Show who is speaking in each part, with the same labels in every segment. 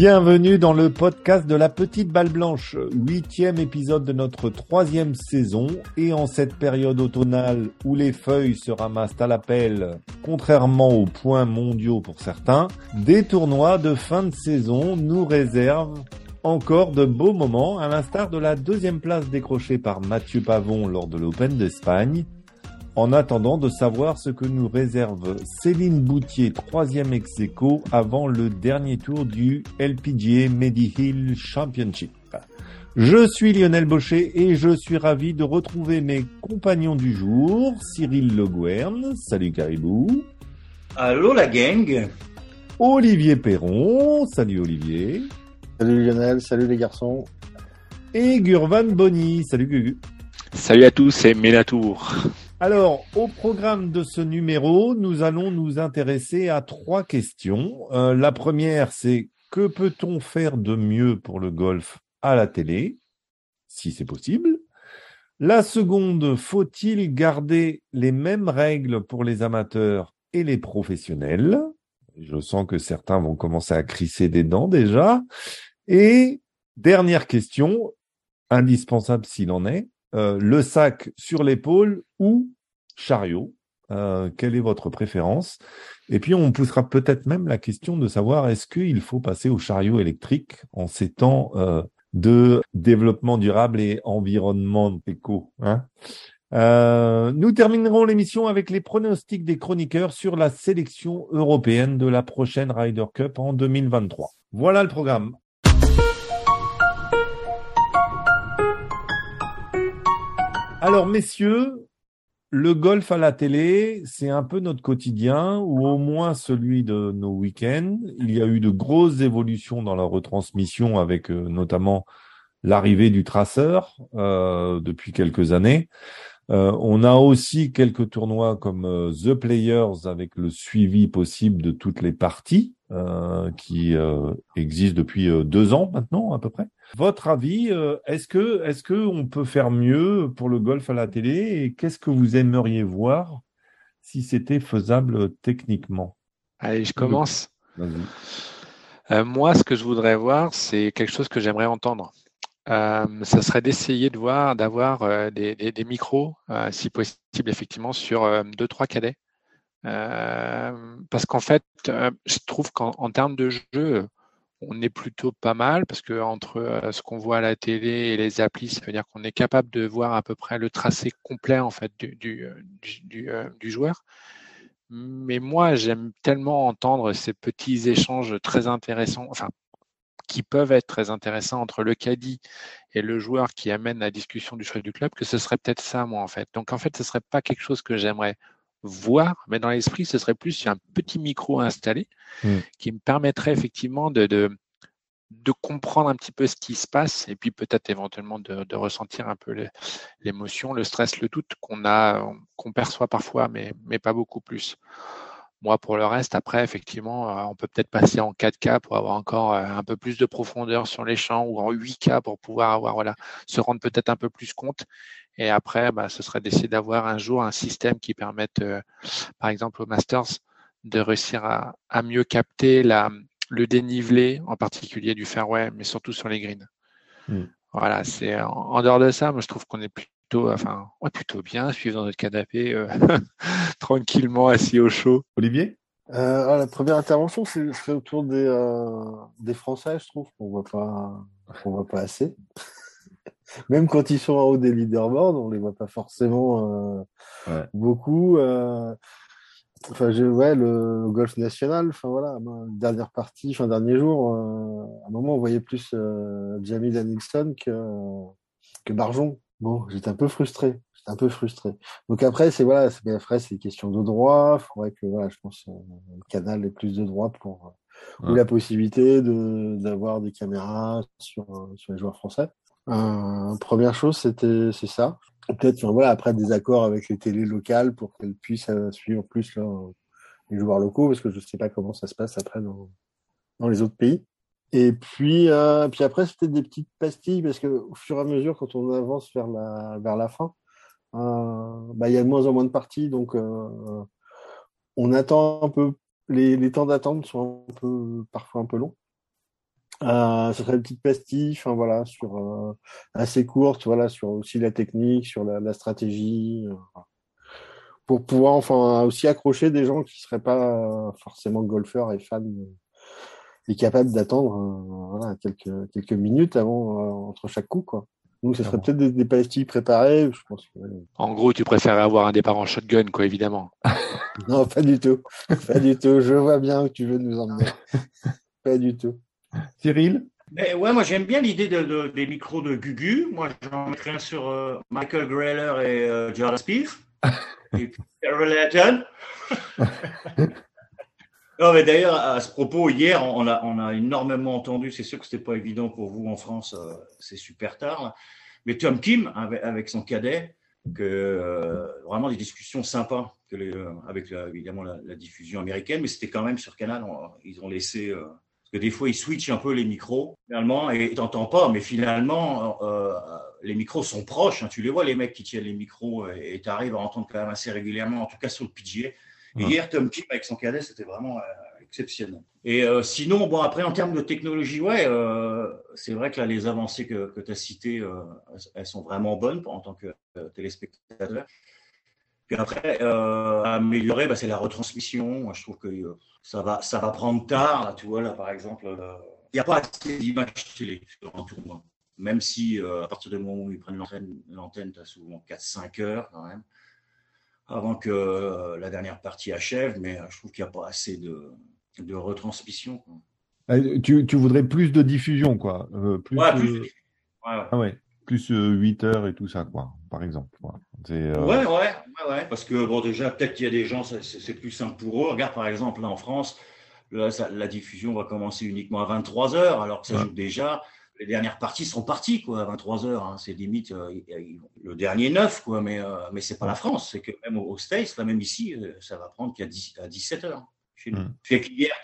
Speaker 1: Bienvenue dans le podcast de la Petite Balle Blanche, 8e épisode de notre 3e saison. Et en cette période automnale où les feuilles se ramassent à la pelle, contrairement aux points mondiaux pour certains, des tournois de fin de saison nous réservent encore de beaux moments, à l'instar de la 2e place décrochée par Mathieu Pavon lors de l'Open d'Espagne. En attendant de savoir ce que nous réserve Céline Boutier, 3e ex-aequo avant le dernier tour du LPGA Mediheal Championship. Je suis Lionel Baucher et je suis ravi de retrouver mes compagnons du jour, Cyril Le Gouern, salut Caribou.
Speaker 2: Allô la gang.
Speaker 1: Olivier Perron, salut Olivier.
Speaker 3: Salut Lionel, salut les garçons.
Speaker 1: Et Gurvan Bonny, salut Gugu.
Speaker 4: Salut à tous et Ménatour.
Speaker 1: Alors, au programme de ce numéro, nous allons nous intéresser à 3 questions. La première, c'est que peut-on faire de mieux pour le golf à la télé, si c'est possible? La seconde, faut-il garder les mêmes règles pour les amateurs et les professionnels? Je sens que certains vont commencer à crisser des dents déjà. Et dernière question, indispensable s'il en est, le sac sur l'épaule ou chariot, quelle est votre préférence? Et puis on poussera peut-être même la question de savoir est-ce qu'il faut passer au chariot électrique en ces temps de développement durable et environnement éco, hein? Nous terminerons l'émission avec les pronostics des chroniqueurs sur la sélection européenne de la prochaine Ryder Cup en 2023. Voilà le programme. Alors, messieurs, le golf à la télé, c'est un peu notre quotidien, ou au moins celui de nos week-ends. Il y a eu de grosses évolutions dans la retransmission avec notamment l'arrivée du traceur depuis quelques années. On a aussi quelques tournois comme The Players avec le suivi possible de toutes les parties qui existent depuis 2 ans maintenant à peu près. Votre avis, est-ce que on peut faire mieux pour le golf à la télé et qu'est-ce que vous aimeriez voir si c'était faisable techniquement?
Speaker 4: Allez, je commence.
Speaker 1: Vas-y.
Speaker 4: Moi, ce que je voudrais voir, c'est quelque chose que j'aimerais entendre. Ça serait d'essayer d'avoir des micros, si possible, effectivement, sur 2-3 cadets. Parce qu'en fait, je trouve qu'en termes de jeu, on est plutôt pas mal parce que entre ce qu'on voit à la télé et les applis, ça veut dire qu'on est capable de voir à peu près le tracé complet en fait du joueur. Mais moi, j'aime tellement entendre ces petits échanges très intéressants, enfin qui peuvent être très intéressants entre le caddie et le joueur qui amène la discussion du choix du club, que ce serait peut-être ça, moi, en fait. Donc, en fait, ce serait pas quelque chose que j'aimerais voir, mais dans l'esprit, ce serait plus un petit micro installé qui me permettrait effectivement de comprendre un petit peu ce qui se passe et puis peut-être éventuellement de ressentir un peu l'émotion, le stress, le doute qu'on perçoit parfois, mais pas beaucoup plus. Moi, pour le reste, après, effectivement, on peut peut-être passer en 4K pour avoir encore un peu plus de profondeur sur les champs ou en 8K pour pouvoir se rendre peut-être un peu plus compte. Et après, ce serait d'essayer d'avoir un jour un système qui permette, par exemple, aux Masters, de réussir à mieux capter le dénivelé, en particulier du fairway, mais surtout sur les greens. Voilà, c'est en dehors de ça, moi, je trouve qu'on est plutôt bien, suivre dans notre canapé, tranquillement, assis au chaud.
Speaker 1: Olivier?
Speaker 3: La première intervention, c'est autour des Français, je trouve qu'on voit pas assez. Même quand ils sont en haut des leaderboards, on les voit pas forcément beaucoup. Le golf national, dernière partie, dernier jour, à un moment on voyait plus Jamie Danielson que Barjon. Bon, j'étais un peu frustré. Donc après, c'est une question de droit. Il faudrait que, je pense, le canal ait plus de droits ou la possibilité d'avoir des caméras sur les joueurs français. Première chose, c'est ça. Peut-être, après des accords avec les télés locales pour qu'elles puissent suivre plus les joueurs locaux, parce que je sais pas comment ça se passe après dans les autres pays. Et puis après, c'est peut-être des petites pastilles, parce que au fur et à mesure, quand on avance vers la fin, il y a de moins en moins de parties, donc on attend un peu. Les temps d'attente sont parfois un peu longs. Ça serait une petite pastille, enfin voilà, assez courte, voilà, sur aussi la technique, sur la stratégie, pour pouvoir enfin aussi accrocher des gens qui seraient pas forcément golfeurs et fans et capables d'attendre voilà, quelques minutes avant entre chaque coup, quoi. Donc, ce serait
Speaker 1: Clairement.
Speaker 3: peut-être des pastilles préparées, je pense.
Speaker 4: En gros, tu préférais avoir un départ en shotgun, quoi, évidemment.
Speaker 3: Non, pas du tout. Pas du tout. Je vois bien où tu veux nous emmener. Pas du tout.
Speaker 1: Cyril?
Speaker 2: Mais ouais, moi j'aime bien l'idée des micros de Gugu. Moi j'en mettrais un sur Michael Greller et Jordan Spieth. Et puis Carol Hatton. Non, mais d'ailleurs, à ce propos, hier, on a énormément entendu, c'est sûr que c'était pas évident pour vous en France, c'est super tard, là. Mais Tom Kim, avec son cadet, que vraiment des discussions sympas, avec évidemment la diffusion américaine, mais c'était quand même sur Canal, ils ont laissé, parce que des fois ils switchent un peu les micros, finalement, et t'entends pas, mais finalement, les micros sont proches, hein, tu les vois, les mecs qui tiennent les micros, et tu arrives à entendre quand même assez régulièrement, en tout cas sur le PGA. Et hier, Tom Kim avec son cadet, c'était vraiment exceptionnel. Et sinon, bon, après, en termes de technologie, ouais, c'est vrai que là, les avancées que tu as citées, elles sont vraiment bonnes en tant que téléspectateur. Puis après, à améliorer, bah, c'est la retransmission. Moi, je trouve que ça va prendre tard. Là, tu vois, là, par exemple, il n'y a pas assez d'images télé sur un tournoi. Même si, à partir du moment où ils prennent l'antenne tu as souvent 4-5 heures quand même, avant que la dernière partie achève. Mais je trouve qu'il n'y a pas assez de retransmission, quoi.
Speaker 1: Tu voudrais plus de diffusion, quoi.
Speaker 2: Ouais, plus. Ouais, ouais.
Speaker 1: Ah ouais, plus 8 heures et tout ça, quoi, par exemple. Voilà.
Speaker 2: Ouais, parce que bon, déjà, peut-être qu'il y a des gens, c'est plus simple pour eux. Regarde, par exemple, là en France, là, la diffusion va commencer uniquement à 23 heures, alors que ça
Speaker 1: Ouais.
Speaker 2: joue déjà. Les dernières parties sont parties, quoi, à 23 heures, hein. C'est limite le dernier 9, quoi, mais c'est pas la France. C'est que même aux States, là, même ici, ça va prendre qu'à 17 heures chez nous.
Speaker 1: Mm.
Speaker 2: Fait qu'hier,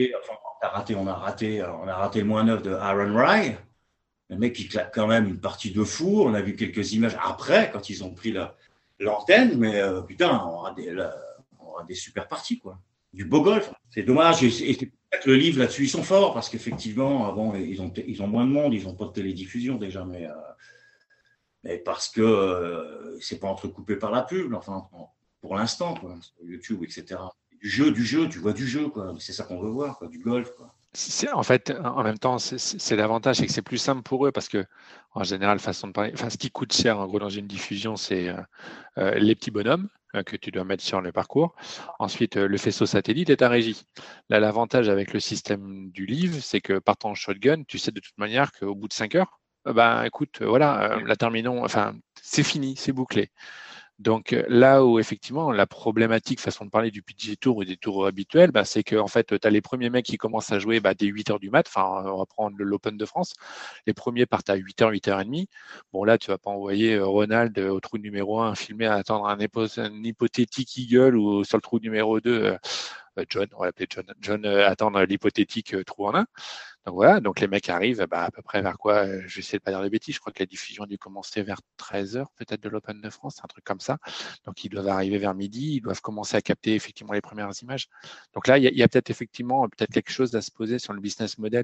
Speaker 2: on a raté le moins 9 de Aaron Rai. Le mec, il claque quand même une partie de fou. On a vu quelques images après, quand ils ont pris l'antenne, mais putain, on aura des super parties, quoi. Du beau golf. C'est dommage. Et c'est pour ça que le livre là-dessus, ils sont forts, parce qu'effectivement, bon, ils ont moins de monde, ils n'ont pas de télédiffusion déjà, mais parce que c'est pas entrecoupé par la pub, enfin, pour l'instant, quoi, sur YouTube, etc. Du jeu, tu vois du jeu, quoi. C'est ça qu'on veut voir, quoi, du golf, quoi.
Speaker 4: En fait, en même temps, c'est l'avantage, c'est que c'est plus simple pour eux parce que, en général, façon de parler, enfin, ce qui coûte cher, en gros, dans une diffusion, c'est les petits bonhommes que tu dois mettre sur le parcours. Ensuite, le faisceau satellite et ta régie. Là, l'avantage avec le système du livre, c'est que partant en shotgun, tu sais de toute manière qu'au bout de 5 heures, ben, écoute, voilà, la terminons, enfin, c'est fini, c'est bouclé. Donc là où effectivement la problématique, façon de parler du PGA Tour ou des tours habituels, bah, c'est que en fait, tu as les premiers mecs qui commencent à jouer dès 8 heures du mat. Enfin, on va prendre l'Open de France. Les premiers partent à 8 heures, 8 heures et demie. Bon, là, tu vas pas envoyer Ronald au trou numéro 1 filmer à attendre un hypothétique eagle ou sur le trou numéro 2, John, on va l'appeler John attendre l'hypothétique trou en 1. Donc voilà, donc les mecs arrivent à peu près vers quoi, je vais essayer de pas dire de bêtises, je crois que la diffusion a dû commencer vers 13 heures peut-être de l'Open de France, un truc comme ça. Donc ils doivent arriver vers midi, ils doivent commencer à capter effectivement les premières images. Donc là, il y a peut-être effectivement quelque chose à se poser sur le business model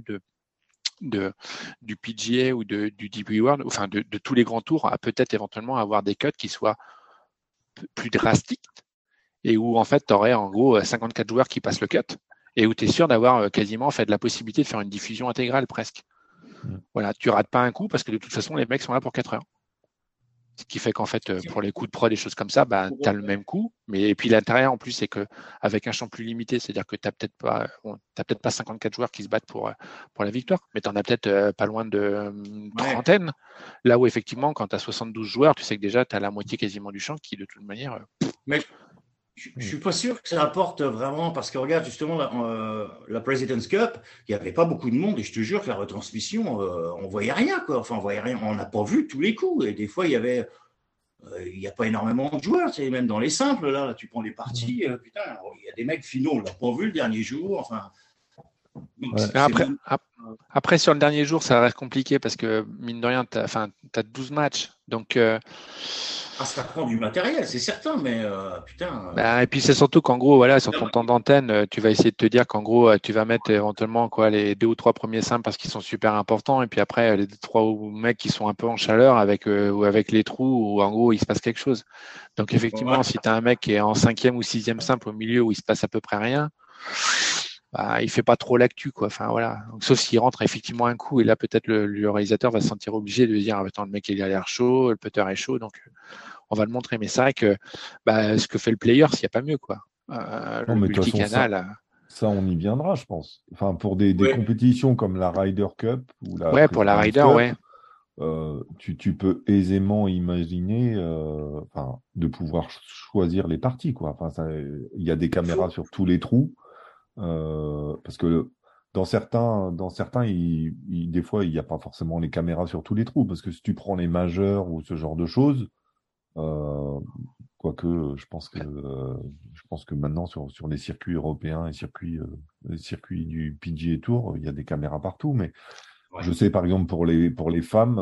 Speaker 4: du PGA ou du DP World, enfin de tous les grands tours, à peut-être éventuellement avoir des cuts qui soient plus drastiques et où en fait tu aurais en gros 54 joueurs qui passent le cut et où tu es sûr d'avoir quasiment fait de la possibilité de faire une diffusion intégrale presque. Voilà, tu rates pas un coup parce que de toute façon, les mecs sont là pour 4 heures. Ce qui fait qu'en fait, pour les coups de prod, des choses comme ça, tu as le même coup. Et puis l'intérêt en plus, c'est qu'avec un champ plus limité, c'est-à-dire que tu n'as peut-être pas 54 joueurs qui se battent pour la victoire, mais tu en as peut-être pas loin de trentaine. Là où effectivement, quand tu as 72 joueurs, tu sais que déjà, tu as la moitié quasiment du champ qui, de toute manière.
Speaker 2: Mais je ne suis pas sûr que ça apporte vraiment, parce que regarde justement la President's Cup, il n'y avait pas beaucoup de monde et je te jure que la retransmission, on voyait rien, quoi. Enfin, on voyait rien, on n'a pas vu tous les coups et des fois il y a pas énormément de joueurs, tu sais, même dans les simples là, tu prends les parties, putain, il y a des mecs finaux, on l'a pas vu le dernier jour, enfin. Donc,
Speaker 4: Après, sur le dernier jour, ça reste compliqué parce que mine de rien, tu as 12 matchs, donc
Speaker 2: Ah, ça prend du matériel, c'est certain, mais putain.
Speaker 4: Et puis c'est surtout qu'en gros, voilà, sur ton temps d'antenne, tu vas essayer de te dire qu'en gros, tu vas mettre éventuellement quoi les 2 ou 3 premiers simples parce qu'ils sont super importants, et puis après les 3 mecs qui sont un peu en chaleur ou avec les trous où en gros il se passe quelque chose. Donc effectivement,
Speaker 2: Ouais.
Speaker 4: si tu as un mec qui est en 5e ou 6e simple au milieu où il se passe à peu près rien, il fait pas trop l'actu, quoi. Enfin voilà. Donc, sauf s'il rentre effectivement un coup, et là peut-être le réalisateur va se sentir obligé de dire attends, le mec il a l'air chaud, le putter est chaud, donc on va le montrer. Mais c'est vrai que ce que fait le player, s'il n'y a pas mieux, quoi.
Speaker 1: Non,
Speaker 4: Le
Speaker 1: mais de toute façon,
Speaker 4: multicanal.
Speaker 1: ça, on y viendra, je pense. Enfin, pour des
Speaker 2: Ouais.
Speaker 1: compétitions comme la Ryder Cup ou la
Speaker 4: Ouais, pour la
Speaker 1: President's
Speaker 4: Ryder,
Speaker 1: Cup,
Speaker 4: ouais.
Speaker 1: tu peux aisément imaginer de pouvoir choisir les parties, quoi. Enfin, il y a des caméras sur tous les trous, parce que dans certains, des fois, il n'y a pas forcément les caméras sur tous les trous, parce que si tu prends les majeurs ou ce genre de choses, euh, quoique, je pense que maintenant sur les circuits européens et les circuits du PGA Tour, il y a des caméras partout, mais
Speaker 2: Ouais.
Speaker 1: je sais, par exemple, pour les femmes,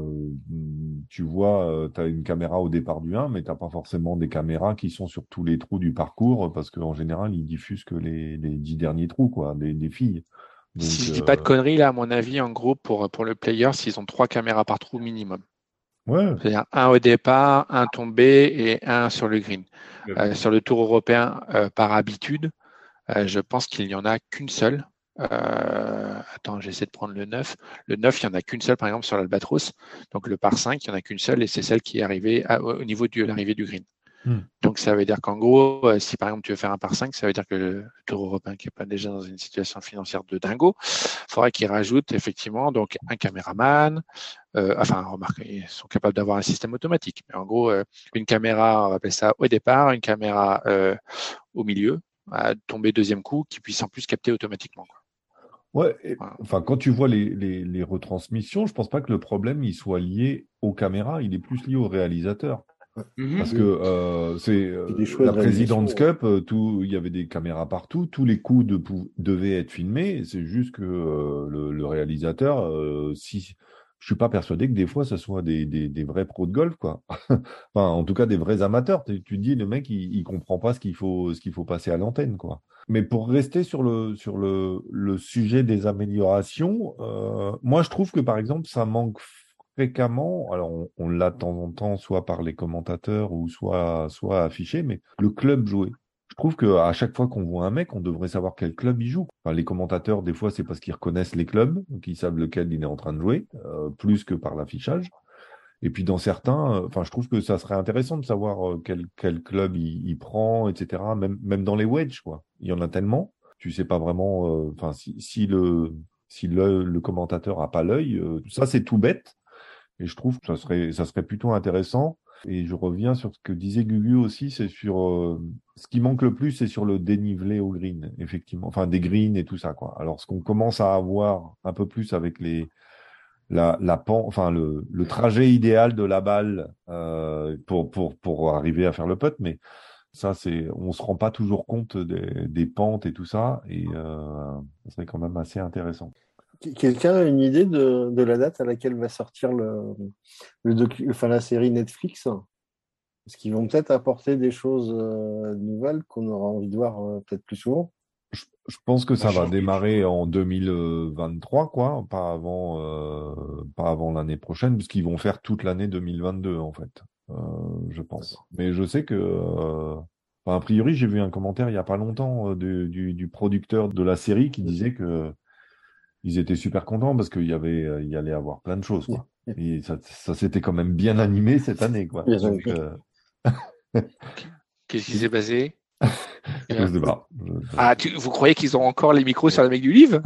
Speaker 1: tu vois, tu as une caméra au départ du 1, mais tu n'as pas forcément des caméras qui sont sur tous les trous du parcours, parce qu'en général, ils diffusent que les 10 derniers trous, quoi, des filles.
Speaker 4: Si
Speaker 1: Donc,
Speaker 4: je dis pas de conneries, là, à mon avis, en gros, pour le player, s'ils ont 3 caméras par trou minimum.
Speaker 1: ouais,
Speaker 4: C'est-à-dire un au départ, un tombé et un sur le green. Sur le tour européen, par habitude, je pense qu'il n'y en a qu'une seule. Attends, j'essaie de prendre le 9. Le 9, il n'y en a qu'une seule, par exemple, sur l'Albatros. Donc le par 5, il n'y en a qu'une seule, et c'est celle qui est arrivée au niveau de l'arrivée du green. Donc ça veut dire qu'en gros, si par exemple tu veux faire un par 5, ça veut dire que le Tour européen qui n'est pas déjà dans une situation financière de dingo, il faudra qu'il rajoute effectivement donc un caméraman. Remarque, ils sont capables d'avoir un système automatique. Mais en gros, une caméra, on va appeler ça au départ, une caméra au milieu, à tomber deuxième coup, qui puisse en plus capter automatiquement, quoi.
Speaker 1: ouais.
Speaker 4: Voilà.
Speaker 1: Enfin, quand tu vois les retransmissions, je pense pas que le problème il soit lié aux caméras, il est plus lié au réalisateur. Parce que c'est
Speaker 3: des choix
Speaker 1: la
Speaker 3: de réalisation.
Speaker 1: President's Cup, il y avait des caméras partout, tous les coups devaient être filmés. C'est juste que le réalisateur, je suis pas persuadé que des fois ce soit des vrais pros de golf, quoi. Enfin, en tout cas des vrais amateurs. Tu te dis le mec il comprend pas ce qu'il faut passer à l'antenne, quoi. Mais pour rester sur le sujet des améliorations, moi je trouve que par exemple ça manque fréquemment, alors on l'a de temps en temps, soit par les commentateurs ou soit affiché, mais le club joué. Je trouve qu'à chaque fois qu'on voit un mec, on devrait savoir quel club il joue. Enfin, les commentateurs, des fois, c'est parce qu'ils reconnaissent les clubs, donc ils savent lequel il est en train de jouer, plus que par l'affichage. Et puis dans certains, enfin, je trouve que ça serait intéressant de savoir quel club il prend, etc. Même dans les wedges, quoi. Il y en a tellement, tu sais pas vraiment. Enfin, si le commentateur a pas l'œil, ça c'est tout bête. Et je trouve que ça serait plutôt intéressant. Et je reviens sur ce que disait Gugu aussi, c'est sur ce qui manque le plus, c'est sur le dénivelé au green, effectivement. Enfin, des greens et tout ça, quoi. Alors, ce qu'on commence à avoir un peu plus avec enfin, le trajet idéal de la balle pour arriver à faire le putt, mais ça, on se rend pas toujours compte des pentes et tout ça, et ça serait quand même assez intéressant.
Speaker 3: Quelqu'un a une idée de la date à laquelle va sortir la série Netflix? Parce qu'ils vont peut-être apporter des choses nouvelles qu'on aura envie de voir peut-être plus souvent.
Speaker 1: Je pense que ça
Speaker 2: Moi,
Speaker 1: va démarrer en 2023, quoi, pas avant l'année prochaine, puisqu'ils vont faire toute l'année 2022, en fait, je pense. Mais je sais que, a priori, j'ai vu un commentaire il n'y a pas longtemps du producteur de la série qui disait que ils étaient super contents parce il allait avoir plein de choses, quoi. Et ça s'était quand même bien animé cette année, quoi.
Speaker 3: Bien
Speaker 1: Donc,
Speaker 3: sûr.
Speaker 4: Qu'est-ce qui s'est passé?
Speaker 1: je sais pas.
Speaker 4: Vous croyez qu'ils ont encore les micros sur les mecs du livre?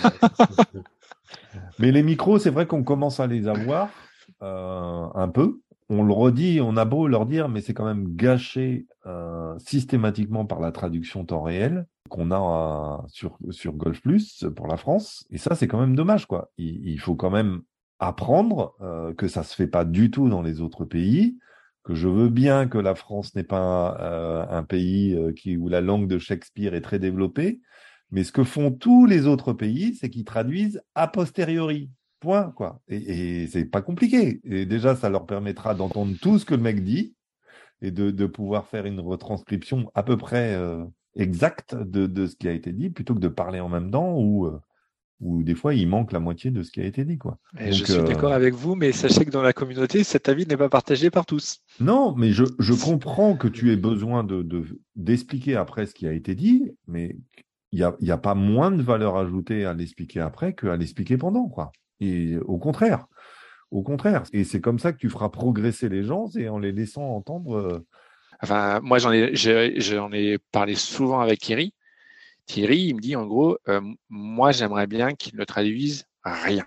Speaker 1: Mais les micros, c'est vrai qu'on commence à les avoir un peu. On le redit, on a beau leur dire, mais c'est quand même gâché systématiquement par la traduction temps réel qu'on a sur Golf Plus pour la France. Et ça, c'est quand même dommage, quoi. Il faut quand même apprendre que ça se fait pas du tout dans les autres pays, que je veux bien que la France n'est pas un pays où la langue de Shakespeare est très développée, mais ce que font tous les autres pays, c'est qu'ils traduisent a posteriori. Point, quoi. Et c'est pas compliqué. Et déjà, ça leur permettra d'entendre tout ce que le mec dit. et de pouvoir faire une retranscription à peu près exacte de ce qui a été dit, plutôt que de parler en même temps où des fois il manque la moitié de ce qui a été dit, quoi.
Speaker 4: Et je suis d'accord avec vous, mais sachez que dans la communauté, cet avis n'est pas partagé par tous.
Speaker 1: Non, mais je comprends que tu aies besoin d'expliquer après ce qui a été dit, mais il y a pas moins de valeur ajoutée à l'expliquer après qu'à l'expliquer pendant, quoi. Et au contraire. Au contraire. Et c'est comme ça que tu feras progresser les gens, c'est en les laissant entendre.
Speaker 4: Enfin, moi, j'en ai parlé souvent avec Thierry. Thierry, il me dit en gros, moi, j'aimerais bien qu'il ne traduise rien.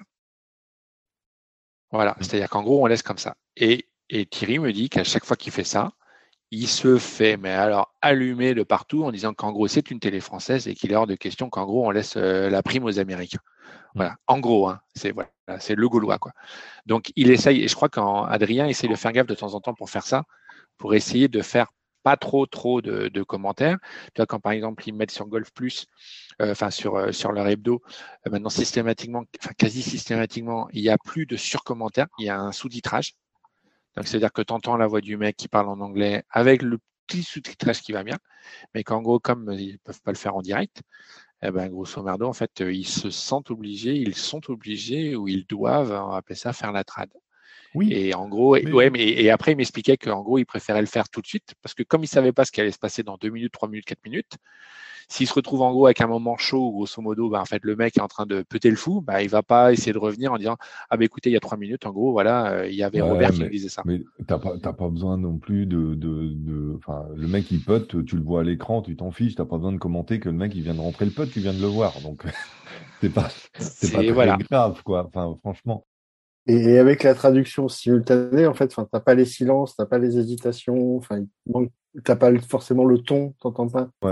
Speaker 4: Voilà, c'est-à-dire qu'en gros, on laisse comme ça. Et Thierry me dit qu'à chaque fois qu'il fait ça, il se fait, mais alors, allumer de partout en disant qu'en gros, c'est une télé française et qu'il est hors de question qu'en gros, on laisse la prime aux Américains. Voilà, en gros, hein, c'est le Gaulois, quoi. Donc, il essaye, et je crois qu'Adrien essaye de faire gaffe de temps en temps pour faire ça, pour essayer de faire pas trop de commentaires. Tu vois, quand par exemple, ils mettent sur Golf Plus, sur leur hebdo, maintenant systématiquement, enfin quasi systématiquement, il n'y a plus de surcommentaires, il y a un sous-titrage. Donc, c'est-à-dire que tu entends la voix du mec qui parle en anglais avec le petit sous-titrage qui va bien, mais qu'en gros, comme ils ne peuvent pas le faire en direct, eh ben, grosso merdo, en fait, ils sont obligés ou ils doivent, on va appeler ça, faire la trad.
Speaker 1: Oui.
Speaker 4: Et en gros, et après, il m'expliquait qu'en gros, il préférait le faire tout de suite parce que comme il savait pas ce qui allait se passer dans 2 minutes, 3 minutes, 4 minutes, s'il se retrouve en gros avec un moment chaud, grosso modo, en fait, le mec est en train de péter le fou, il va pas essayer de revenir en disant écoutez, il y a 3 minutes, en gros, voilà, il y avait Robert qui me disait ça.
Speaker 1: Mais t'as pas besoin non plus enfin, le mec il pote, tu le vois à l'écran, tu t'en fiches, t'as pas besoin de commenter que le mec il vient de rentrer le pote, tu viens de le voir, donc c'est pas très grave, quoi. Enfin, franchement.
Speaker 3: Et avec la traduction simultanée, en fait, t'as pas les silences, t'as pas les hésitations, t'as pas forcément le ton, t'entends pas.
Speaker 1: Ouais.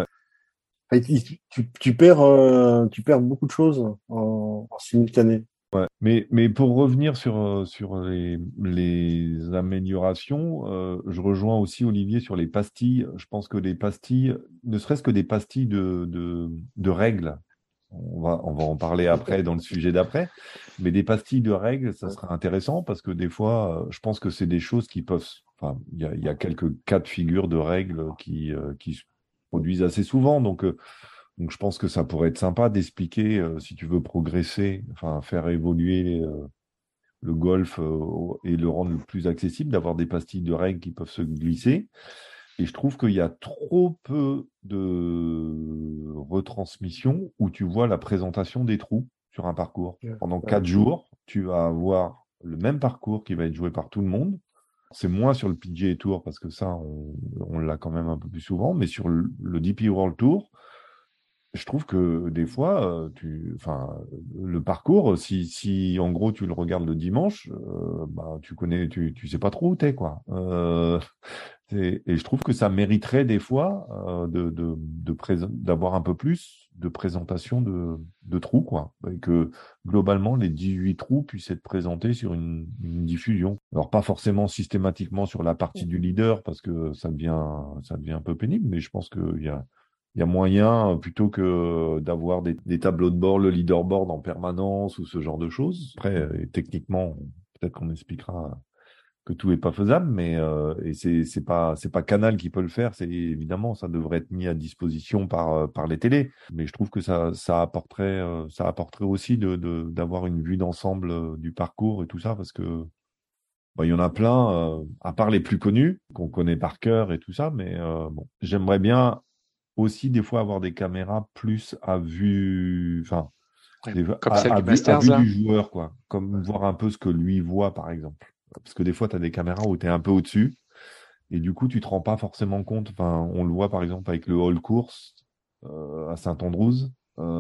Speaker 3: Tu perds beaucoup de choses en simultané.
Speaker 1: Ouais. Mais pour revenir sur les améliorations, je rejoins aussi Olivier sur les pastilles. Je pense que les pastilles, ne serait-ce que des pastilles de règles, on va en parler après dans le sujet d'après, mais des pastilles de règles, ça serait intéressant parce que des fois, je pense que c'est des choses qui peuvent. Enfin, il y a quelques cas de figure de règles qui se produisent assez souvent, donc je pense que ça pourrait être sympa d'expliquer si tu veux progresser, enfin faire évoluer le golf et le rendre le plus accessible, d'avoir des pastilles de règles qui peuvent se glisser. Et je trouve qu'il y a trop peu de retransmissions où tu vois la présentation des trous sur un parcours. Pendant 4 jours, tu vas avoir le même parcours qui va être joué par tout le monde. C'est moins sur le PGA Tour parce que ça, on l'a quand même un peu plus souvent, mais sur le DP World Tour, je trouve que des fois, le parcours, si en gros tu le regardes le dimanche, tu sais pas trop où t'es, quoi. Et je trouve que ça mériterait des fois d'avoir un peu plus de présentation de trous, quoi. Et que globalement, les 18 trous puissent être présentés sur une diffusion. Alors pas forcément systématiquement sur la partie du leader, parce que ça devient un peu pénible, mais je pense qu'il y a moyen, plutôt que d'avoir des tableaux de bord, le leaderboard en permanence ou ce genre de choses. Après, techniquement, peut-être qu'on expliquera que tout n'est pas faisable, mais et c'est pas Canal qui peut le faire. C'est évidemment, ça devrait être mis à disposition par les télés. Mais je trouve que ça apporterait aussi d'avoir une vue d'ensemble du parcours et tout ça, parce que il y en a plein, à part les plus connus qu'on connaît par cœur et tout ça. Mais j'aimerais bien aussi des fois avoir des caméras plus à vue, enfin,
Speaker 4: comme celle du
Speaker 1: à
Speaker 4: Masters,
Speaker 1: vue
Speaker 4: là.
Speaker 1: du joueur, quoi. Comme voir un peu ce que lui voit, par exemple. Parce que des fois, tu as des caméras où tu es un peu au-dessus, et du coup, tu te rends pas forcément compte. Enfin, on le voit, par exemple, avec le hall course à Saint-Andrews.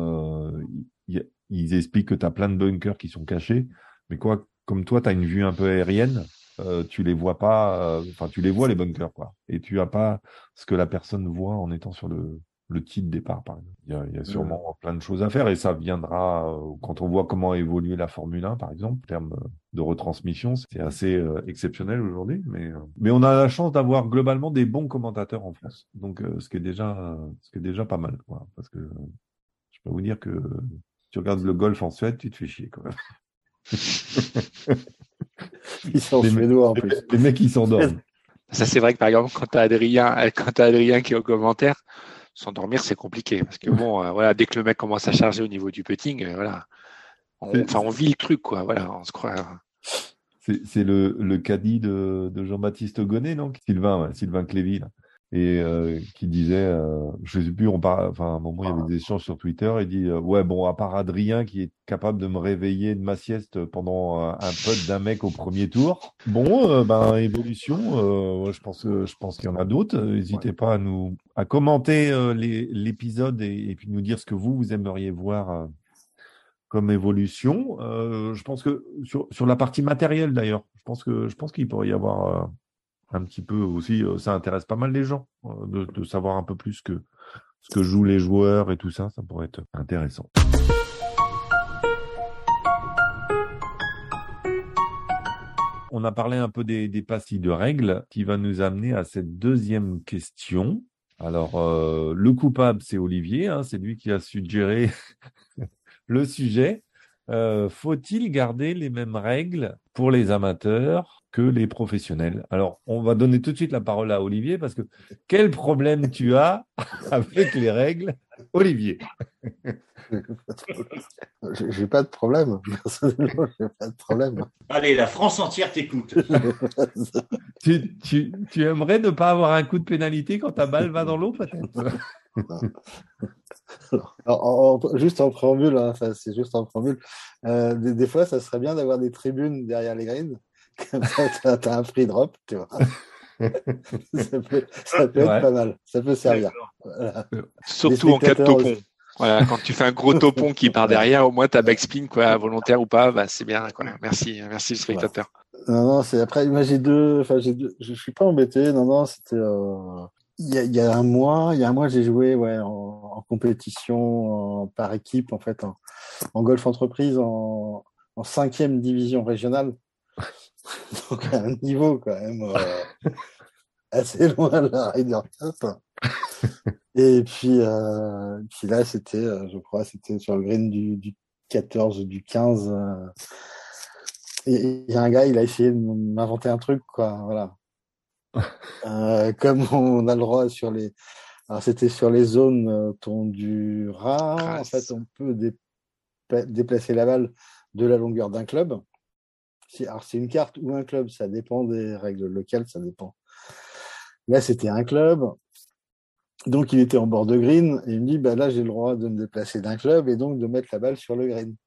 Speaker 1: Ils expliquent que tu as plein de bunkers qui sont cachés, mais quoi, comme toi, tu as une vue un peu aérienne, tu les vois pas, enfin, tu les vois, les bunkers, quoi. Et tu as pas ce que la personne voit en étant sur le tee de départ, par exemple. Il y a sûrement plein de choses à faire, et ça viendra quand on voit comment a évolué la Formule 1, par exemple, en termes de retransmission. C'est assez exceptionnel aujourd'hui, mais on a la chance d'avoir globalement des bons commentateurs en France. Donc, ce qui est déjà pas mal, quoi. Parce que je peux vous dire que si tu regardes le golf en Suède, tu te fais chier, quand même.
Speaker 3: Ils sont suédois en plus.
Speaker 1: Les mecs, ils s'endorment.
Speaker 4: Ça, c'est vrai que par exemple, quand tu as Adrien qui est au commentaire, s'endormir, c'est compliqué. Parce que bon, voilà, dès que le mec commence à charger au niveau du putting, voilà. On vit le truc, quoi. Voilà, on se croit.
Speaker 1: C'est le caddie de Jean-Baptiste Gonnet, non? Sylvain Clévy, là. Et qui disait, je sais plus, enfin, à un moment, il y avait des échanges sur Twitter, il dit, ouais, bon, à part Adrien qui est capable de me réveiller de ma sieste pendant un putt d'un mec au premier tour, bon, évolution, je pense qu'il y en a d'autres. N'hésitez pas à commenter l'épisode et puis nous dire ce que vous aimeriez voir comme évolution. Je pense que sur la partie matérielle d'ailleurs, je pense qu'il pourrait y avoir un petit peu aussi, ça intéresse pas mal les gens de savoir un peu plus que ce que jouent les joueurs et tout ça, ça pourrait être intéressant. On a parlé un peu des pastilles de règles qui va nous amener à cette deuxième question. Alors, le coupable, c'est Olivier, hein, c'est lui qui a suggéré le sujet. Faut-il garder les mêmes règles pour les amateurs que les professionnels? Alors, on va donner tout de suite la parole à Olivier parce que quel problème tu as avec les règles, Olivier?
Speaker 3: J'ai pas de problème. Personnellement, j'ai pas de problème.
Speaker 2: Allez, la France entière t'écoute.
Speaker 1: Tu aimerais ne pas avoir un coup de pénalité quand ta balle va dans l'eau, peut-être?
Speaker 3: Juste en préambule, hein, c'est juste en préambule. Des fois, ça serait bien d'avoir des tribunes derrière les greens. Comme ça, t'as un free drop, tu vois. Ça peut être pas mal. Ça peut servir. Voilà.
Speaker 4: Surtout en cas de topon. Voilà, quand tu fais un gros topon qui part derrière, au moins ta backspin, quoi, volontaire ou pas, bah, c'est bien, quoi. Merci le spectateur.
Speaker 3: Non, c'est après, moi je suis pas embêté. Non, c'était, il y a un mois, j'ai joué, en compétition, par équipe, en fait, en golf entreprise, en 5e division régionale. Donc, à un niveau, quand même, assez loin de la Ryder Cup. Et puis là, c'était, je crois, c'était sur le green du 14 ou du 15. Et il y a un gars, il a essayé de m'inventer un truc, quoi. Voilà. Comme on a le droit alors c'était sur les zones du Rhin. En fait, on peut déplacer la balle de la longueur d'un club. Alors c'est une carte ou un club, ça dépend des règles locales, ça dépend. Là, c'était un club. Donc, il était en bord de green et il me dit, là, j'ai le droit de me déplacer d'un club et donc de mettre la balle sur le green.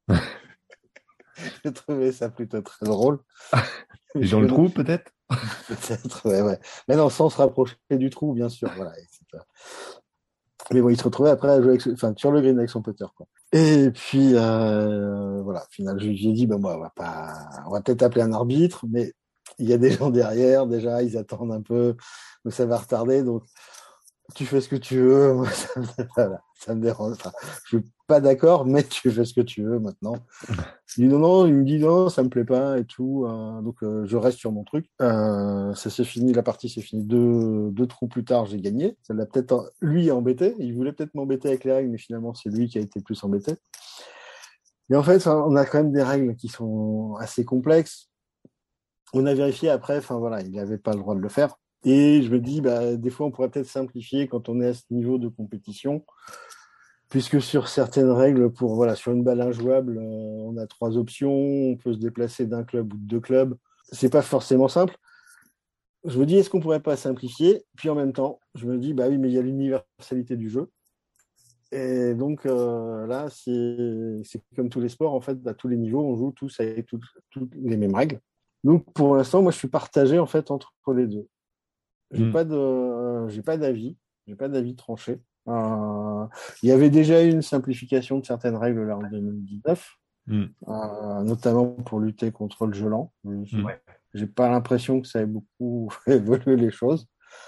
Speaker 3: J'ai trouvé ça plutôt très drôle.
Speaker 1: Et dans le trou, peut-être?
Speaker 3: Peut-être, ouais. Mais non, sans se rapprocher du trou, bien sûr. Voilà, etc. Mais bon, il se retrouvait après à jouer sur le green avec son putter, quoi. Et puis, voilà, au final, j'ai dit, moi, on va peut-être appeler un arbitre, mais il y a des gens derrière, déjà, ils attendent un peu, donc ça va retarder, donc tu fais ce que tu veux, moi, ça me dérange. Enfin, je suis pas d'accord, mais tu fais ce que tu veux maintenant. Il me dit non, ça me plaît pas et tout. Donc je reste sur mon truc. Ça s'est fini, la partie s'est finie deux trous plus tard, j'ai gagné. Ça l'a peut-être lui embêté. Il voulait peut-être m'embêter avec les règles, mais finalement c'est lui qui a été le plus embêté. Mais en fait, on a quand même des règles qui sont assez complexes. On a vérifié après. Enfin voilà, il n'avait pas le droit de le faire. Et je me dis, des fois, on pourrait peut-être simplifier quand on est à ce niveau de compétition, puisque sur certaines règles, sur une balle injouable, on a 3 options, on peut se déplacer d'un club ou de 2 clubs. C'est pas forcément simple. Je me dis, est-ce qu'on pourrait pas simplifier? Puis en même temps, je me dis, oui, mais il y a l'universalité du jeu. Et donc là, c'est comme tous les sports, en fait, à tous les niveaux, on joue tous avec toutes les mêmes règles. Donc pour l'instant, moi, je suis partagé en fait entre les deux. J'ai pas d'avis tranché. Il y avait déjà eu une simplification de certaines règles là en 2019, notamment pour lutter contre le gelant. J'ai pas l'impression que ça ait beaucoup évolué les choses.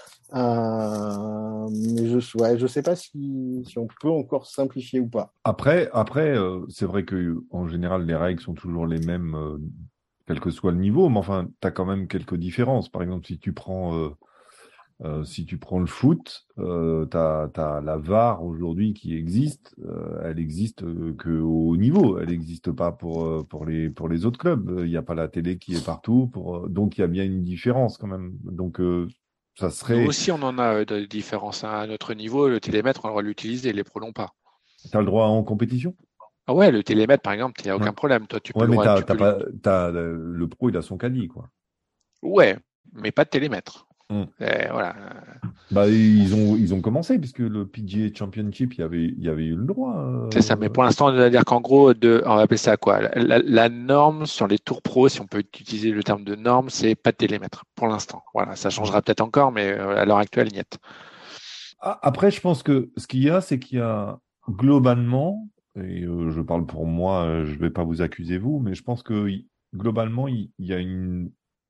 Speaker 3: Mais je sais pas si on peut encore simplifier ou pas.
Speaker 1: Après, c'est vrai que en général, les règles sont toujours les mêmes, quel que soit le niveau, mais enfin, tu as quand même quelques différences. Par exemple, si tu prends le foot, t'as la VAR aujourd'hui qui existe. Elle existe que au haut niveau. Elle n'existe pas pour les autres clubs. Il n'y a pas la télé qui est partout. Donc il y a bien une différence quand même. Donc Ça
Speaker 4: Nous
Speaker 1: serait,
Speaker 4: aussi, on en a des différences à notre niveau. Le télémètre, on a le droit de l'utiliser, les pros l'ont pas.
Speaker 1: t'as le droit en compétition?
Speaker 4: Ah ouais, le télémètre, par exemple, il n'y a
Speaker 1: Ouais.
Speaker 4: aucun problème. Toi, tu peux
Speaker 1: Ouais,
Speaker 4: le
Speaker 1: mais
Speaker 4: droit,
Speaker 1: t'as,
Speaker 4: tu
Speaker 1: t'as
Speaker 4: peux
Speaker 1: pas, t'as, le pro, il a son caddie, quoi.
Speaker 4: Ouais, mais pas de télémètre.
Speaker 1: Hmm.
Speaker 4: Voilà.
Speaker 1: Bah, ils ont commencé, puisque le PGA Championship, il y avait eu le droit.
Speaker 4: C'est ça. Mais pour l'instant, on va dire qu'en gros, on va appeler ça quoi? La norme sur les tours pro, si on peut utiliser le terme de norme, c'est pas de télémètre pour l'instant. Voilà, ça changera peut-être encore, mais à l'heure actuelle, il n'y a.
Speaker 1: Après, je pense que ce qu'il y a, c'est qu'il y a globalement, et je parle pour moi, je ne vais pas vous accuser vous, mais je pense que globalement, il y a une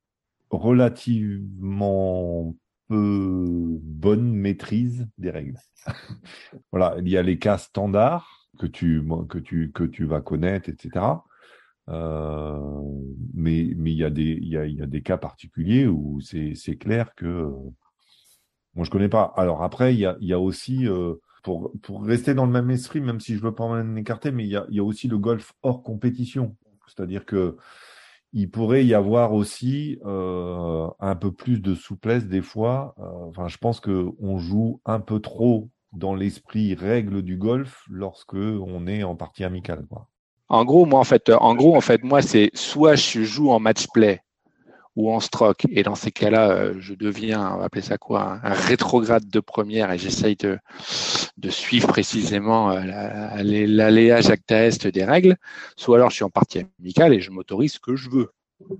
Speaker 1: relativement peu bonne maîtrise des règles. Voilà, il y a les cas standards que tu vas connaître, etc. Mais il y a des cas particuliers où c'est clair que moi, je connais pas. Alors après, il y a aussi, pour rester dans le même esprit, même si je veux pas m'en écarter, mais il y a aussi le golf hors compétition. C'est-à-dire que il pourrait y avoir aussi un peu plus de souplesse des fois. Enfin, je pense que on joue un peu trop dans l'esprit règle du golf lorsque on est en partie amicale, quoi.
Speaker 4: En gros, moi, c'est soit je joue en match play ou en stroke, et dans ces cas-là, je deviens, on va appeler ça quoi, un rétrograde de première, et j'essaye de suivre précisément l'aléa jacta-est des règles, soit alors je suis en partie amicale et je m'autorise ce que je veux.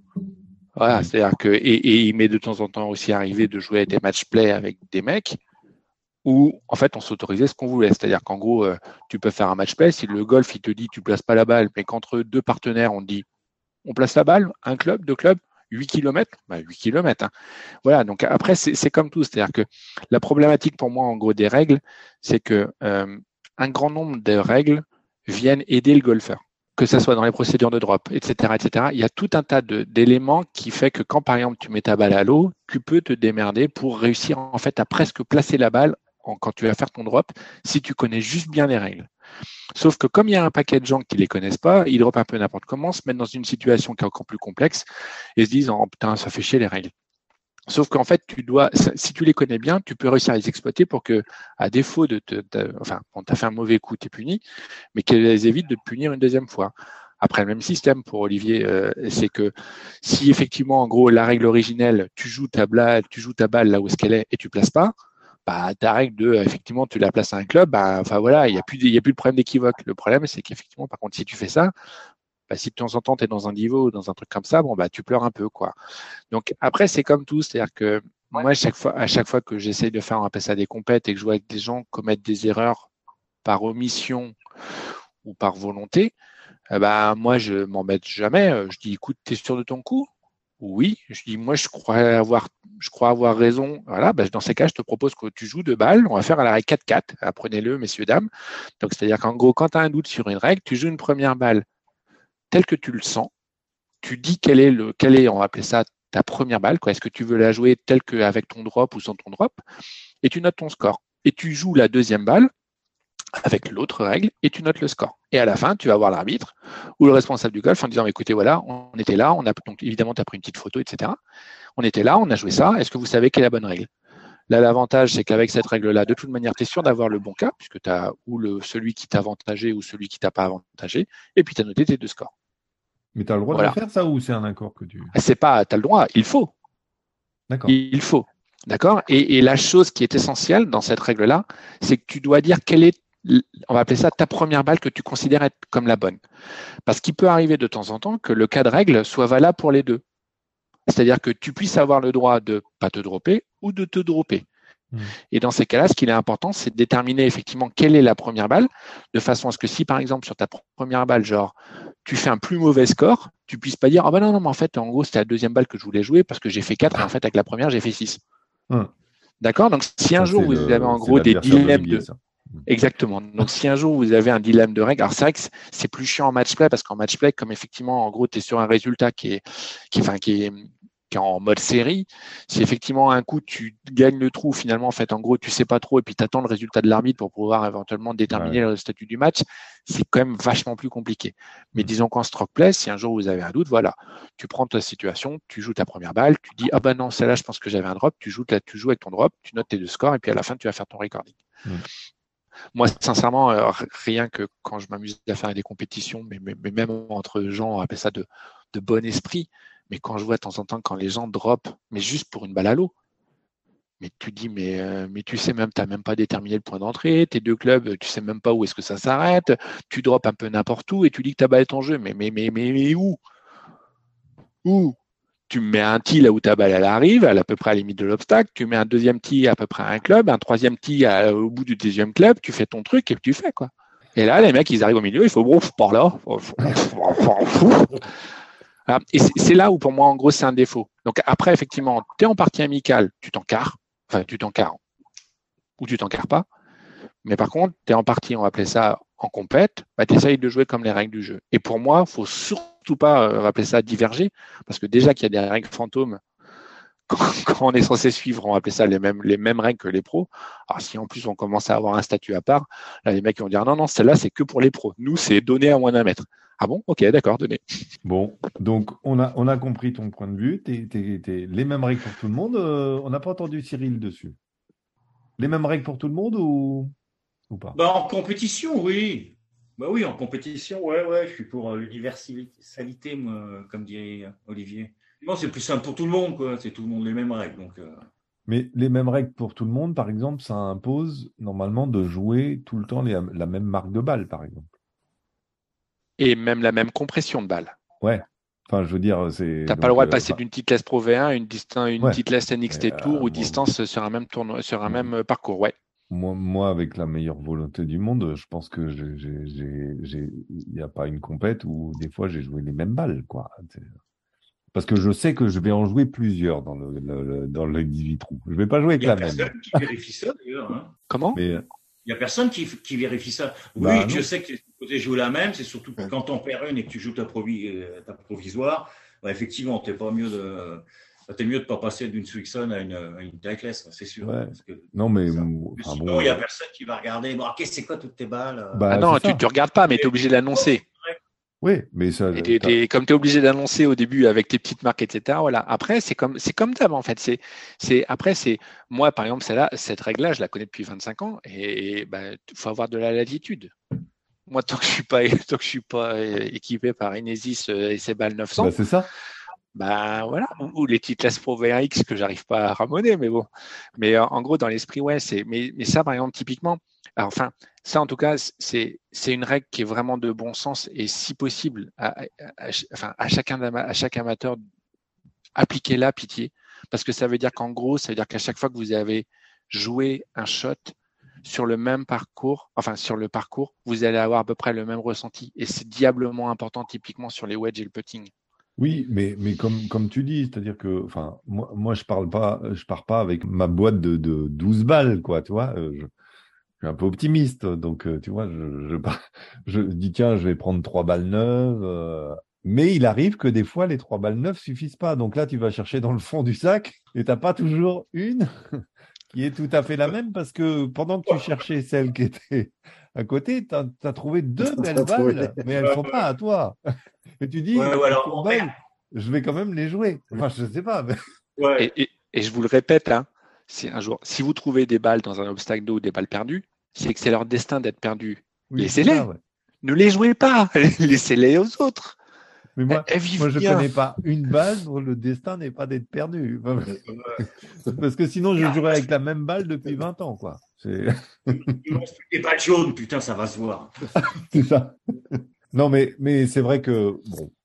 Speaker 4: Voilà, c'est-à-dire que, et il m'est de temps en temps aussi arrivé de jouer à des match play avec des mecs où, en fait, on s'autorisait ce qu'on voulait. C'est-à-dire qu'en gros, tu peux faire un match play, si le golf, il te dit tu places pas la balle, mais qu'entre deux partenaires, on te dit on place la balle, un club, deux clubs, 8 km, bah 8 km. Hein. Voilà, donc après, c'est comme tout. C'est-à-dire que la problématique pour moi, en gros, des règles, c'est que un grand nombre de règles viennent aider le golfeur, que ce soit dans les procédures de drop, etc., etc. Il y a tout un tas d'éléments qui fait que quand, par exemple, tu mets ta balle à l'eau, tu peux te démerder pour réussir, en fait, à presque placer la balle quand tu vas faire ton drop, si tu connais juste bien les règles. Sauf que comme il y a un paquet de gens qui ne les connaissent pas, ils dropent un peu n'importe comment, se mettent dans une situation qui est encore plus complexe et se disent oh, putain, ça fait chier les règles. Sauf qu'en fait, si tu les connais bien, tu peux réussir à les exploiter pour que, à défaut enfin, on t'a fait un mauvais coup, tu es puni, mais qu'elles les évitent de te punir une deuxième fois. Après, le même système pour Olivier, c'est que si effectivement, en gros, la règle originelle, tu joues ta balle là où est-ce qu'elle est et tu places pas, bah, ta règle de, effectivement, tu la places à un club, bah, enfin voilà, il n'y a plus de problème d'équivoque. Le problème, c'est qu'effectivement, par contre, si tu fais ça, bah, si de temps en temps, tu es dans un niveau ou dans un truc comme ça, bon, bah, tu pleures un peu, quoi. Donc, après, c'est comme tout, c'est-à-dire que moi, à chaque fois que j'essaye de faire, on appelle ça des compètes et que je vois que des gens commettent des erreurs par omission ou par volonté, bah, moi, je m'embête jamais. Je dis, écoute, t'es sûr de ton coup? Oui, je dis moi je crois avoir raison. Voilà, dans ces cas, je te propose que tu joues deux balles. On va faire à l'arrêt 4-4. Apprenez-le, messieurs, dames. Donc, c'est-à-dire qu'en gros, quand tu as un doute sur une règle, tu joues une première balle telle que tu le sens. Tu dis quel est, on va appeler ça ta première balle. Est-ce que tu veux la jouer telle qu'avec ton drop ou sans ton drop? Et tu notes ton score. Et tu joues la deuxième balle avec l'autre règle et tu notes le score. Et à la fin, tu vas voir l'arbitre ou le responsable du golf en disant écoutez, voilà, on était là, donc évidemment, tu as pris une petite photo, etc. On était là, on a joué ça, est-ce que vous savez quelle est la bonne règle? Là, l'avantage, c'est qu'avec cette règle-là, de toute manière, tu es sûr d'avoir le bon cas, puisque tu as celui qui t'a avantagé ou celui qui t'a pas avantagé, et puis tu as noté tes deux scores.
Speaker 1: Mais tu as le droit de le faire, ça, ou c'est un accord que tu.
Speaker 4: C'est pas, tu as le droit, il faut.
Speaker 1: D'accord.
Speaker 4: Il faut. D'accord? Et la chose qui est essentielle dans cette règle-là, c'est que tu dois dire quelle est, on va appeler ça ta première balle que tu considères être comme la bonne. Parce qu'il peut arriver de temps en temps que le cas de règle soit valable pour les deux. C'est-à-dire que tu puisses avoir le droit de pas te dropper ou de te dropper. Et dans ces cas-là, ce qu'il est important, c'est de déterminer effectivement quelle est la première balle, de façon à ce que si, par exemple, sur ta première balle, genre, tu fais un plus mauvais score, tu puisses pas dire, ah ben non, mais en fait, en gros, c'était la deuxième balle que je voulais jouer parce que j'ai fait 4 et en fait, avec la première, j'ai fait 6. D'accord? Donc, si un jour vous avez en gros des dilemmes de. Exactement. Donc, si un jour vous avez un dilemme de règles, alors c'est vrai que c'est plus chiant en match play parce qu'en match play, comme effectivement, en gros, tu es sur un résultat qui est qui est en mode série, si effectivement un coup tu gagnes le trou, finalement, en fait, en gros, tu sais pas trop et puis tu attends le résultat de l'arbitre pour pouvoir éventuellement déterminer le statut du match, c'est quand même vachement plus compliqué. Mais disons qu'en stroke play, si un jour vous avez un doute, voilà, tu prends ta situation, tu joues ta première balle, tu dis, ah ben non, celle-là, je pense que j'avais un drop, tu joues avec ton drop, tu notes tes 2 scores et puis à la fin, tu vas faire ton recording. Moi, sincèrement, rien que quand je m'amuse à faire des compétitions, mais même entre gens, on appelle ça de bon esprit, mais quand je vois de temps en temps quand les gens drop, mais juste pour une balle à l'eau, mais tu dis, mais tu sais même, tu n'as même pas déterminé le point d'entrée, tes 2 clubs, tu sais même pas où est-ce que ça s'arrête, tu drops un peu n'importe où et tu dis que ta balle est en jeu, mais où? Où? Tu mets un tee là où ta balle elle arrive, à peu près à la limite de l'obstacle, tu mets un deuxième tee à peu près à un club, un troisième tee au bout du deuxième club, tu fais ton truc et tu fais quoi. Et là, les mecs, ils arrivent au milieu, il faut par là. Et c'est là où pour moi, en gros, c'est un défaut. Donc après, effectivement, tu es en partie amicale, tu t'encarres, ou tu t'encarres pas. Mais par contre, tu es en partie, on va appeler ça en compète, tu essayes de jouer comme les règles du jeu. Et pour moi, il ne faut surtout pas appeler ça diverger, parce que déjà qu'il y a des règles fantômes, quand on est censé suivre, on va appeler ça les mêmes règles que les pros. Alors si en plus on commence à avoir un statut à part, là les mecs vont dire non, celle-là c'est que pour les pros. Nous, c'est donné à moins d'un mètre. Ah bon? Ok, d'accord, donné.
Speaker 1: Bon, donc on a compris ton point de vue. Les mêmes règles pour tout le monde. On n'a pas entendu Cyril dessus. Les mêmes règles pour tout le monde ou pas?
Speaker 2: En compétition, oui. Oui, en compétition, ouais, je suis pour l'universalité, comme dirait Olivier. Non, c'est plus simple pour tout le monde, quoi. C'est tout le monde les mêmes règles. Donc,
Speaker 1: Mais les mêmes règles pour tout le monde, par exemple, ça impose normalement de jouer tout le temps la même marque de balle, par exemple.
Speaker 4: Et même la même compression de balle.
Speaker 1: Ouais. Enfin, je veux dire, c'est.
Speaker 4: T'as pas le droit de passer d'une Titleist Pro V1 à une Titleist NXT Tour ou
Speaker 1: bon,
Speaker 4: distance sur un même tournoi, sur un même parcours, ouais.
Speaker 1: Moi, avec la meilleure volonté du monde, je pense que il n'y a pas une compète où des fois j'ai joué les mêmes balles, quoi. Parce que je sais que je vais en jouer plusieurs dans le 18 trous. Je vais pas jouer avec la même.
Speaker 2: Il y a personne qui vérifie ça, d'ailleurs. Hein.
Speaker 4: Comment?
Speaker 2: Il n'y a personne qui vérifie ça.
Speaker 1: Bah,
Speaker 2: oui, je sais que tu joues la même, c'est surtout quand tu en perds une et que tu joues ta provisoire. Effectivement, t'es mieux de pas passer d'une Swixon à une Titleist, c'est sûr.
Speaker 1: Ouais.
Speaker 2: Parce que,
Speaker 1: non, mais
Speaker 2: sinon, il n'y a personne qui va regarder. Bon, qu'est-ce que c'est quoi toutes tes balles?
Speaker 4: Non, tu ne regardes pas, mais tu es obligé de l'annoncer.
Speaker 1: Oui, mais ça.
Speaker 4: Comme tu es obligé d'annoncer au début avec tes petites marques, etc. Voilà. Après, c'est comme d'hab, en fait. Moi, par exemple, cette règle-là, je la connais depuis 25 ans et faut avoir de la latitude. Moi, tant que je suis pas équipé par Inesis et ses balles 900.
Speaker 1: C'est ça.
Speaker 4: Voilà. Ou les Titleist Pro VRX que j'arrive pas à ramoner, mais bon. Mais en gros, dans l'esprit, ouais, mais ça, par exemple, typiquement. Alors, enfin, ça, en tout cas, c'est une règle qui est vraiment de bon sens et si possible, à chaque amateur, appliquez-la, pitié, parce que ça veut dire qu'en gros, ça veut dire qu'à chaque fois que vous avez joué un shot sur le même parcours, sur le parcours, vous allez avoir à peu près le même ressenti et c'est diablement important typiquement sur les wedges et le putting.
Speaker 1: Oui, mais comme tu dis, c'est-à-dire que, moi je pars pas avec ma boîte de 12 balles, quoi, tu vois. Je suis un peu optimiste, donc tu vois, je dis tiens, je vais prendre 3 balles neuves, mais il arrive que des fois les 3 balles neuves suffisent pas. Donc là, tu vas chercher dans le fond du sac et t'as pas toujours une qui est tout à fait la même parce que pendant que tu cherchais celle qui était à côté, tu as trouvé 2 belles balles, mais elles sont pas à toi. Et tu dis, je vais quand même les jouer. Enfin, je sais pas. Mais...
Speaker 4: Et je vous le répète, hein, si vous trouvez des balles dans un obstacle d'eau ou des balles perdues, c'est que c'est leur destin d'être perdus. Oui, laissez-les. Ouais. Ne les jouez pas. Laissez-les aux autres.
Speaker 1: Mais moi, je ne connais pas une balle dont le destin n'est pas d'être perdu. Parce que sinon, je jouerais avec la même balle depuis 20 ans, quoi.
Speaker 2: Les balles jaunes, putain, ça va se voir.
Speaker 1: C'est ça. Non, mais c'est vrai que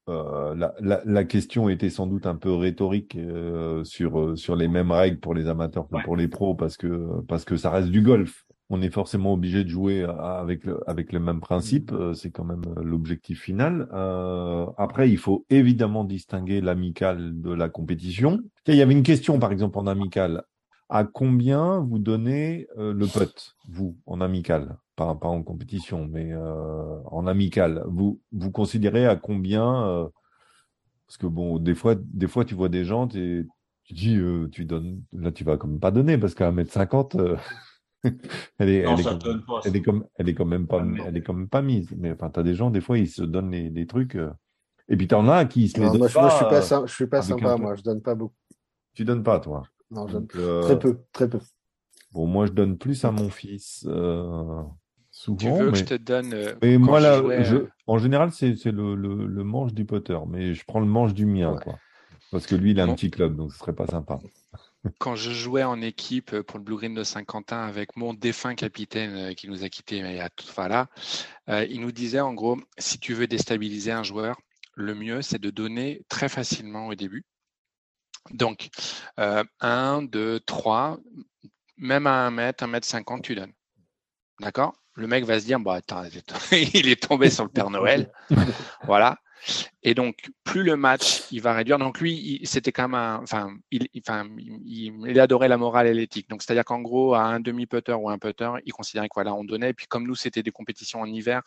Speaker 1: la question était sans doute un peu rhétorique sur les mêmes règles pour les amateurs que pour les pros parce que ça reste du golf. On est forcément obligé de jouer avec le même principe. C'est quand même l'objectif final. Après, il faut évidemment distinguer l'amical de la compétition. Il y avait une question, par exemple, en amical. À combien vous donnez le putt, vous, en amical? Pas en compétition, mais en amical. Vous considérez à combien Parce que bon, des fois, tu vois des gens, tu dis, là, tu vas quand même pas donner, parce qu'à 1m50, elle est,
Speaker 2: Non,
Speaker 1: elle est
Speaker 2: ça
Speaker 1: quand
Speaker 2: ne donne pas.
Speaker 1: elle est comme, elle est quand même pas,
Speaker 2: Ah, mais non.
Speaker 1: elle est quand même pas mise. Mais enfin, t'as des gens, des fois, ils se donnent les trucs. Et puis t'en as qui se les
Speaker 3: Non,
Speaker 1: donnent
Speaker 3: moi,
Speaker 1: pas
Speaker 3: je suis pas
Speaker 1: avec un
Speaker 3: sympa,
Speaker 1: peu.
Speaker 3: moi. Je donne pas beaucoup.
Speaker 1: Tu donnes pas, toi.
Speaker 3: Non, je donne
Speaker 1: Donc,
Speaker 3: très peu, très peu.
Speaker 1: bon, moi, je donne plus à mon fils,
Speaker 4: Tu
Speaker 1: souvent,
Speaker 4: veux que je
Speaker 1: mais,
Speaker 4: te donne, quand
Speaker 1: moi,
Speaker 4: je
Speaker 1: là,
Speaker 4: jouais,
Speaker 1: en général, c'est le manche du potter, mais je prends le manche du mien,
Speaker 3: Ouais.
Speaker 1: quoi. Parce que lui, il a un
Speaker 4: mon-
Speaker 1: petit club, donc ce serait pas sympa.
Speaker 4: quand je jouais en équipe pour le Blue Green de Saint-Quentin avec mon défunt capitaine qui nous a quittés, mais enfin là, il nous disait en gros, si tu veux déstabiliser un joueur, le mieux c'est de donner très facilement au début. Donc, 1, 2, 3, même à 1 m 50, tu donnes. D'accord? Le mec va se dire, bah, attends, il est tombé sur le Père Noël. Voilà. Et donc, plus le match, il va réduire. Donc, lui, c'était quand même il adorait la morale et l'éthique. Donc, c'est-à-dire qu'en gros, à un demi-putter ou un putter, il considérait que voilà, on donnait. Et puis, comme nous, c'était des compétitions en hiver,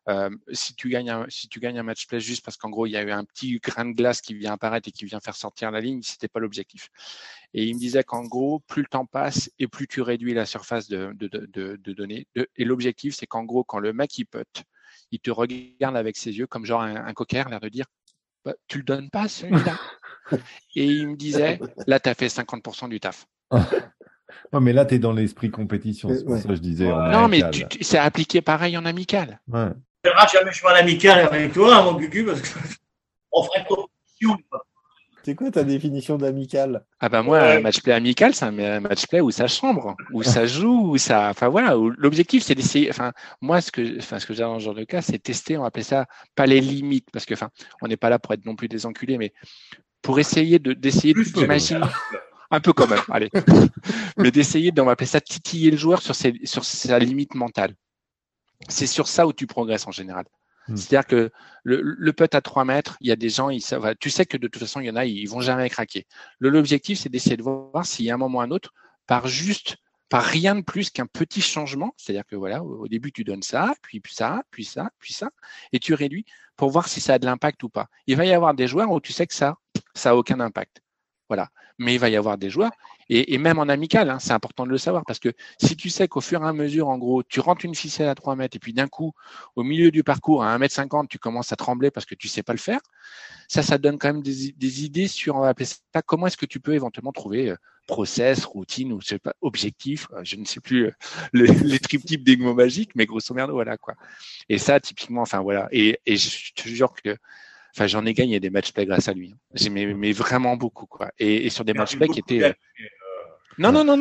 Speaker 4: si tu gagnes un match play juste parce qu'en gros, il y a eu un petit grain de glace qui vient apparaître et qui vient faire sortir la ligne, c'était pas l'objectif. Et il me disait qu'en gros, plus le temps passe et plus tu réduis la surface de données. Et l'objectif, c'est qu'en gros, quand le mec il putt, il te regarde avec ses yeux comme genre un cocker, l'air de dire bah, tu le donnes pas celui-là. Et il me disait là, tu as fait 50% du taf.
Speaker 1: Ouais, mais là, tu es dans l'esprit compétition. C'est pour
Speaker 3: Ouais.
Speaker 1: ça que je disais en
Speaker 4: Non, mais
Speaker 1: amical.
Speaker 4: c'est appliqué pareil en amical.
Speaker 1: Ouais.
Speaker 2: On ne verra jamais jouer à l'amical avec toi, hein, mon cucu, parce qu'on ferait une compétition.
Speaker 3: C'est quoi ta définition d'amical?
Speaker 4: Ah bah moi,
Speaker 2: Ouais.
Speaker 4: un match play amical, c'est un match play où ça chambre, où ça joue, où ça. Enfin voilà, où l'objectif c'est d'essayer. Enfin, moi, ce que j'ai dans ce genre de cas, c'est tester, on va appeler ça pas les limites, parce que on n'est pas là pour être non plus des enculés, mais pour essayer d'essayer
Speaker 2: Plus que
Speaker 4: d'imaginer un peu quand même, allez, mais d'essayer, on va appeler ça titiller le joueur sur sa limite mentale. C'est sur ça où tu progresses en général. C'est-à-dire que le putt à 3 mètres, il y a des gens, tu sais que de toute façon, il y en a, ils vont jamais craquer. L'objectif, c'est d'essayer de voir s'il y a un moment ou un autre, par rien de plus qu'un petit changement, c'est-à-dire que voilà, au début, tu donnes ça, puis ça, puis ça, puis ça, et tu réduis pour voir si ça a de l'impact ou pas. Il va y avoir des joueurs où tu sais que ça a aucun impact. Voilà. Mais il va y avoir des joueurs, et même en amical, hein, c'est important de le savoir, parce que si tu sais qu'au fur et à mesure, en gros, tu rentres une ficelle à 3 mètres, et puis d'un coup, au milieu du parcours, à 1 m 50, tu commences à trembler parce que tu sais pas le faire, ça donne quand même des idées sur, on va appeler ça, comment est-ce que tu peux éventuellement trouver process, routine, ou je sais pas, objectif, je ne sais plus les triptyques des mots magiques, mais grosso merdo, voilà, quoi. Et ça, typiquement, enfin, voilà. Et je te jure que, enfin, j'en ai gagné des match play grâce à lui. J'ai mais vraiment beaucoup, quoi. Et sur des match play qui étaient. Non.
Speaker 1: Non,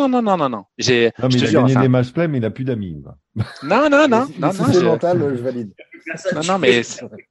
Speaker 4: Je
Speaker 1: mais
Speaker 4: te
Speaker 1: il a
Speaker 4: jure,
Speaker 1: gagné
Speaker 4: enfin.
Speaker 1: des match play, mais il n'a plus d'amis, quoi.
Speaker 3: Mais si c'est mental, je valide.
Speaker 4: Non, mais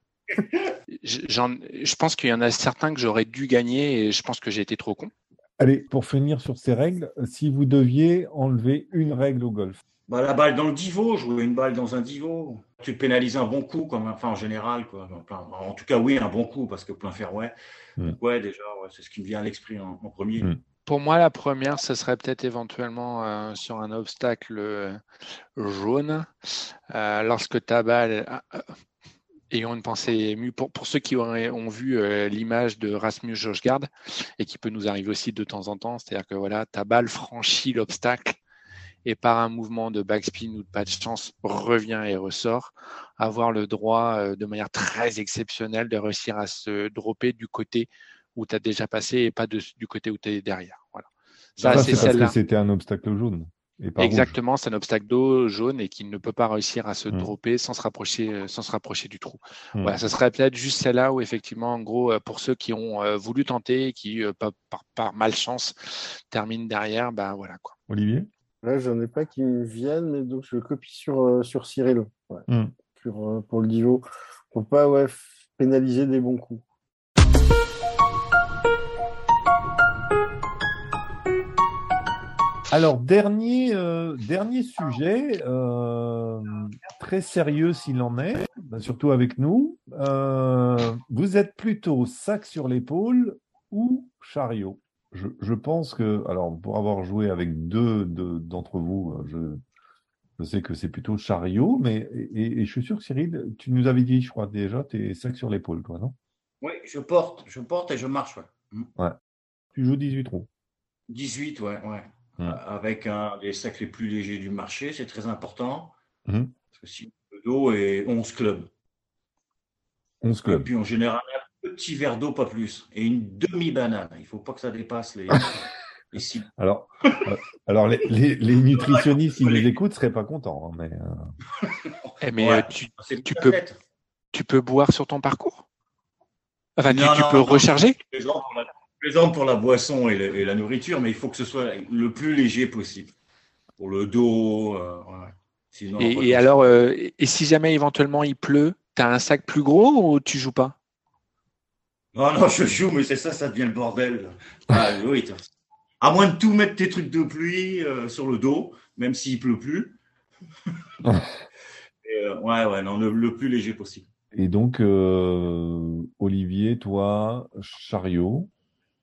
Speaker 4: je pense qu'il y en a certains que j'aurais dû gagner et je pense que j'ai été trop con.
Speaker 1: Allez, pour finir sur ces règles, si vous deviez enlever une règle au golf.
Speaker 2: Bah, la balle dans le divot, jouer une balle dans un divot. Tu pénalises un bon coup, en général, quoi. En tout cas, oui, un bon coup, parce que plein fairway. Donc, ouais, déjà, c'est ce qui me vient à l'esprit en premier.
Speaker 4: Pour moi, la première, ce serait peut-être éventuellement sur un obstacle jaune, lorsque ta balle, ayant une pensée émue, pour ceux qui ont vu l'image de Rasmus Højgaard, et qui peut nous arriver aussi de temps en temps, c'est-à-dire que voilà, ta balle franchit l'obstacle et par un mouvement de backspin ou de pas de chance revient et ressort, avoir le droit de manière très exceptionnelle de réussir à se dropper du côté où tu as déjà passé et pas du côté où tu es derrière. Voilà.
Speaker 1: Ça, c'est parce
Speaker 4: celle-là.
Speaker 1: que c'était un obstacle jaune et pas
Speaker 4: Exactement,
Speaker 1: rouge.
Speaker 4: c'est un obstacle d'eau jaune et qui ne peut pas réussir à se dropper sans se rapprocher du trou. Voilà, ça serait peut-être juste celle-là où effectivement, en gros, pour ceux qui ont voulu tenter et qui, par malchance, terminent derrière, ben voilà quoi.
Speaker 1: Olivier?
Speaker 3: Là, j'en ai pas qui me viennent, mais donc je copie sur Cyril. Ouais. Pour le Divo. Pour pas pénaliser des bons coups.
Speaker 1: Alors, dernier sujet, très sérieux s'il en est, surtout avec nous. Vous êtes plutôt sac sur l'épaule ou chariot? Je pense que, alors, pour avoir joué avec deux d'entre vous, je sais que c'est plutôt chariot, mais et je suis sûr que Cyril, tu nous avais dit, je crois déjà, tu es sac sur l'épaule, toi, non?
Speaker 2: Oui, je porte et je marche, ouais.
Speaker 1: Ouais. Tu joues 18 trous.
Speaker 2: 18, ouais, ouais.
Speaker 1: Mm.
Speaker 2: Avec un des sacs les plus légers du marché, c'est très important.
Speaker 1: Mhm.
Speaker 2: Parce que si le dos est 11 clubs.
Speaker 1: 11
Speaker 2: Et
Speaker 1: clubs.
Speaker 2: puis en général, un petit verre d'eau, pas plus. Et une demi-banane. Il ne faut pas que ça dépasse les 6.
Speaker 1: Alors, euh, alors les nutritionnistes qui nous écoutent seraient pas contents, hein, mais
Speaker 4: Mais
Speaker 2: Ouais, c'est
Speaker 4: tu
Speaker 2: la
Speaker 4: peux,
Speaker 2: tête.
Speaker 4: tu peux boire sur ton parcours? Enfin,
Speaker 2: Non,
Speaker 4: tu peux
Speaker 2: non, non.
Speaker 4: recharger?
Speaker 2: Je plaisante pour la boisson et la nourriture, mais il faut que ce soit le plus léger possible. Pour le dos, ouais. Sinon, on n'a pas
Speaker 4: Et
Speaker 2: le temps.
Speaker 4: alors, et si jamais éventuellement il pleut, tu as un sac plus gros ou tu joues pas?
Speaker 2: Non, non, je joue, mais c'est ça, ça devient le bordel. Ah, oui, à moins de tout mettre tes trucs de pluie sur le dos, même s'il pleut plus. Et, ouais, ouais, non, le plus léger possible.
Speaker 1: et donc Olivier, toi, chariot,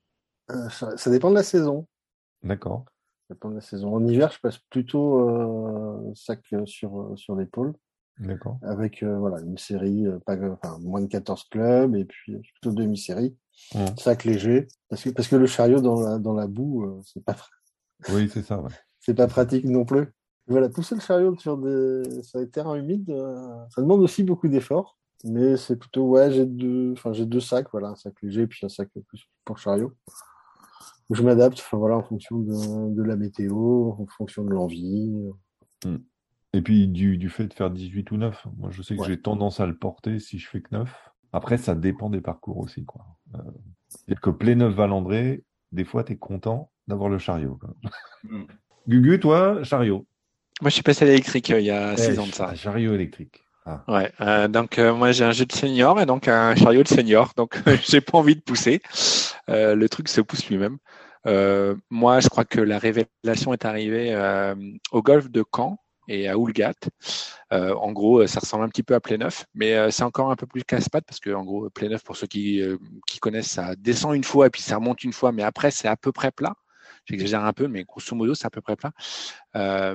Speaker 3: Ça dépend de la saison.
Speaker 1: d'accord,
Speaker 3: Ça dépend de la saison. En hiver, je passe plutôt sac sur l'épaule,
Speaker 1: d'accord.
Speaker 3: avec voilà, une série, enfin, moins de 14 clubs, et puis plutôt demi-série.
Speaker 1: Mm.
Speaker 3: Sac léger, parce que le chariot dans la boue,
Speaker 1: Oui, c'est ça, ouais.
Speaker 3: c'est pas pratique non plus. Voilà, pousser le chariot sur des terrains humides, ça demande aussi beaucoup d'efforts. Mais c'est plutôt, ouais, j'ai deux sacs, voilà, un sac léger puis un sac plus pour chariot. Je m'adapte, enfin voilà, en fonction de la météo, en fonction de l'envie.
Speaker 1: Mm. Et puis du fait de faire 18 ou 9, moi je sais que
Speaker 3: Ouais.
Speaker 1: j'ai tendance à le porter si je fais que 9. Après, ça dépend des parcours aussi, quoi. C'est-à-dire que Pléneuf-Valandré, des fois, tu es content d'avoir le chariot, quoi.
Speaker 2: Mm.
Speaker 1: Gugu, toi, chariot.
Speaker 4: Moi, je suis passé à l'électrique il y a 6 ans de ça.
Speaker 1: Un chariot électrique. Ah,
Speaker 4: Ouais, donc moi j'ai un jeu de senior et donc un chariot de senior, donc j'ai pas envie de pousser. Le truc se pousse lui-même. Moi, je crois que la révélation est arrivée au golf de Caen et à Oulgat. En gros, ça ressemble un petit peu à Pléneuf, mais c'est encore un peu plus casse-pattes parce que en gros, Pléneuf, pour ceux qui connaissent, ça descend une fois et puis ça remonte une fois, mais après c'est à peu près plat. J'exagère un peu, mais grosso modo, c'est à peu près plat. Euh,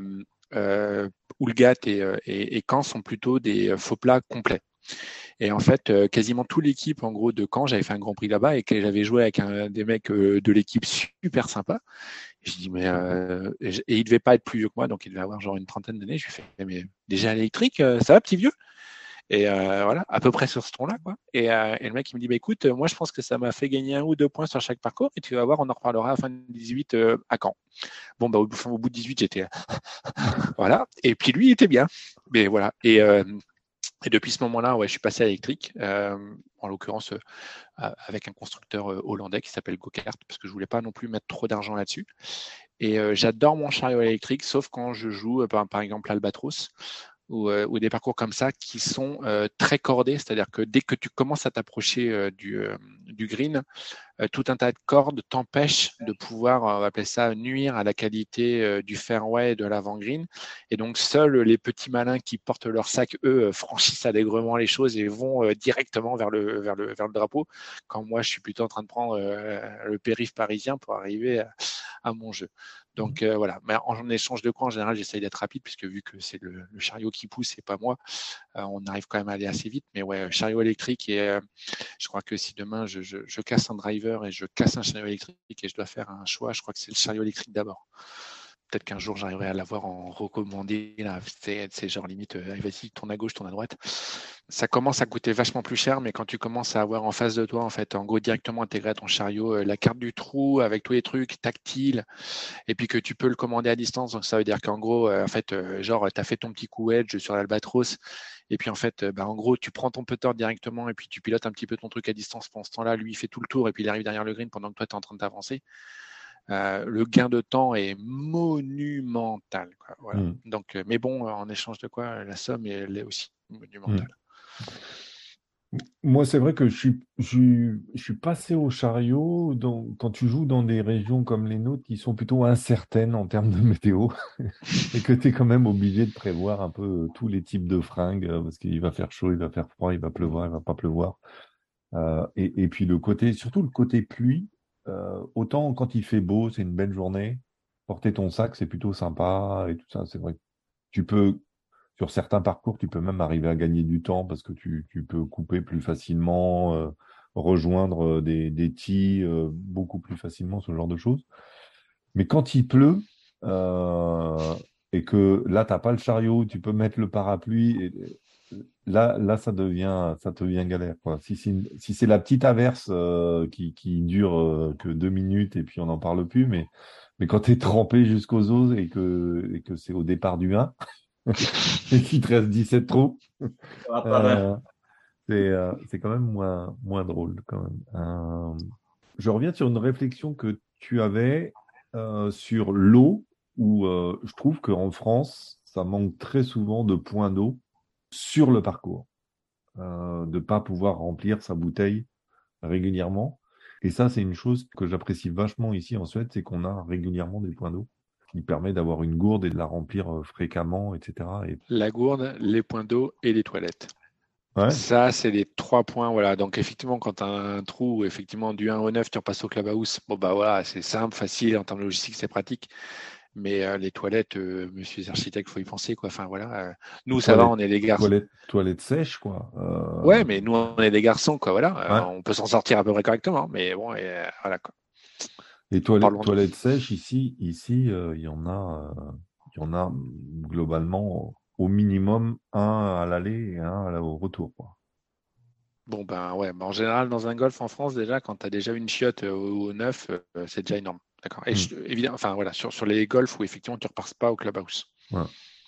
Speaker 4: Oulgat et Caen sont plutôt des faux plats complets. Et en fait, quasiment toute l'équipe en gros de Caen, j'avais fait un Grand Prix là-bas et que j'avais joué avec un des mecs de l'équipe super sympa. Et je dis et il devait pas être plus vieux que moi, donc il devait avoir genre une trentaine d'années. Je lui fais mais déjà électrique, ça va petit vieux? Et voilà, à peu près sur ce ton-là, quoi. Et le mec, il me dit, bah, écoute, moi, je pense que ça m'a fait gagner 1 ou 2 points sur chaque parcours, et tu vas voir, on en reparlera à la fin de 18 à Caen. Bon, bah, au bout de 18, j'étais, voilà. Et puis lui, il était bien. Mais voilà. Et depuis ce moment-là, ouais, je suis passé à l'électrique, en l'occurrence avec un constructeur hollandais qui s'appelle Gokart, parce que je voulais pas non plus mettre trop d'argent là-dessus. Et j'adore mon chariot électrique, sauf quand je joue, par exemple, Albatros, ou des parcours comme ça qui sont très cordés, c'est-à-dire que dès que tu commences à t'approcher du green, tout un tas de cordes t'empêchent de pouvoir, on va appeler ça, nuire à la qualité du fairway de l'avant-green. Et donc, seuls les petits malins qui portent leur sac, eux, franchissent allègrement les choses et vont directement vers le drapeau, quand moi, je suis plutôt en train de prendre le périph' parisien pour arriver à mon jeu. Donc voilà, mais en échange de quoi, en général, j'essaye d'être rapide, puisque vu que c'est le chariot qui pousse et pas moi, on arrive quand même à aller assez vite. Mais ouais, chariot électrique, et je crois que si demain je casse un driver et je casse un chariot électrique et je dois faire un choix, je crois que c'est le chariot électrique d'abord. Peut-être qu'un jour j'arriverai à l'avoir en recommandé, là, c'est genre limite, vas-y, tourne à gauche, tourne à droite. Ça commence à coûter vachement plus cher, mais quand tu commences à avoir en face de toi, en fait, en gros, directement intégré à ton chariot, la carte du trou avec tous les trucs tactiles, et puis que tu peux le commander à distance. Donc ça veut dire qu'en gros, en fait, genre, tu as fait ton petit coup edge sur l'Albatros, et puis en fait, en gros, tu prends ton putter directement et puis tu pilotes un petit peu ton truc à distance pendant ce temps-là. Lui, il fait tout le tour et puis il arrive derrière le green pendant que toi, tu es en train de t'avancer. Le gain de temps est monumental, quoi. Voilà. Donc, mais bon, en échange de quoi, la somme, elle est aussi monumentale.
Speaker 1: Moi, c'est vrai que je suis passé au chariot quand tu joues dans des régions comme les nôtres qui sont plutôt incertaines en termes de météo et que tu es quand même obligé de prévoir un peu tous les types de fringues parce qu'il va faire chaud, il va faire froid, il va pleuvoir, il va pas pleuvoir. Et puis surtout le côté pluie, autant quand il fait beau, c'est une belle journée, porter ton sac, c'est plutôt sympa et tout ça. C'est vrai que tu peux, sur certains parcours, tu peux même arriver à gagner du temps parce que tu peux couper plus facilement rejoindre des tis beaucoup plus facilement, ce genre de choses. Mais quand il pleut, et que là, tu n'as pas le chariot, tu peux mettre le parapluie, là ça devient galère, quoi. Si c'est la petite averse qui dure que 2 minutes et puis on n'en parle plus, mais quand tu es trempé jusqu'aux os et que c'est au départ du 1 et qu'il te reste 17 trous, c'est quand même moins drôle, quand même. Je reviens sur une réflexion que tu avais sur l'eau, où je trouve qu'en France, ça manque très souvent de points d'eau sur le parcours, de ne pas pouvoir remplir sa bouteille régulièrement. Et ça, c'est une chose que j'apprécie vachement ici en Suède, c'est qu'on a régulièrement des points d'eau qui permet d'avoir une gourde et de la remplir fréquemment, etc.
Speaker 4: La gourde, les points d'eau et les toilettes.
Speaker 1: Ouais.
Speaker 4: Ça, c'est les 3 points. Voilà. Donc, effectivement, quand tu as un trou, effectivement, du 1 au 9, tu repasses au clubhouse. Bon, bah voilà, c'est simple, facile. En termes de logistique, c'est pratique. Mais les toilettes, monsieur les architectes, il faut y penser, quoi. Enfin, voilà. Nous, ça va, on est des garçons.
Speaker 1: Toilettes sèches, quoi.
Speaker 4: Ouais, mais nous, on est des garçons, quoi. Voilà.
Speaker 1: Ouais.
Speaker 4: On peut s'en sortir à peu près correctement. Mais bon, voilà, quoi.
Speaker 1: Les toilettes sèches, ici, il y en a globalement au minimum un à l'aller et un au retour, quoi.
Speaker 4: Bon, ben ouais, en général, dans un golf en France, déjà, quand tu as déjà une chiotte au 9, c'est déjà énorme. D'accord. Et évidemment, enfin voilà, sur les golfs où effectivement tu ne repars pas au clubhouse.
Speaker 1: Ouais.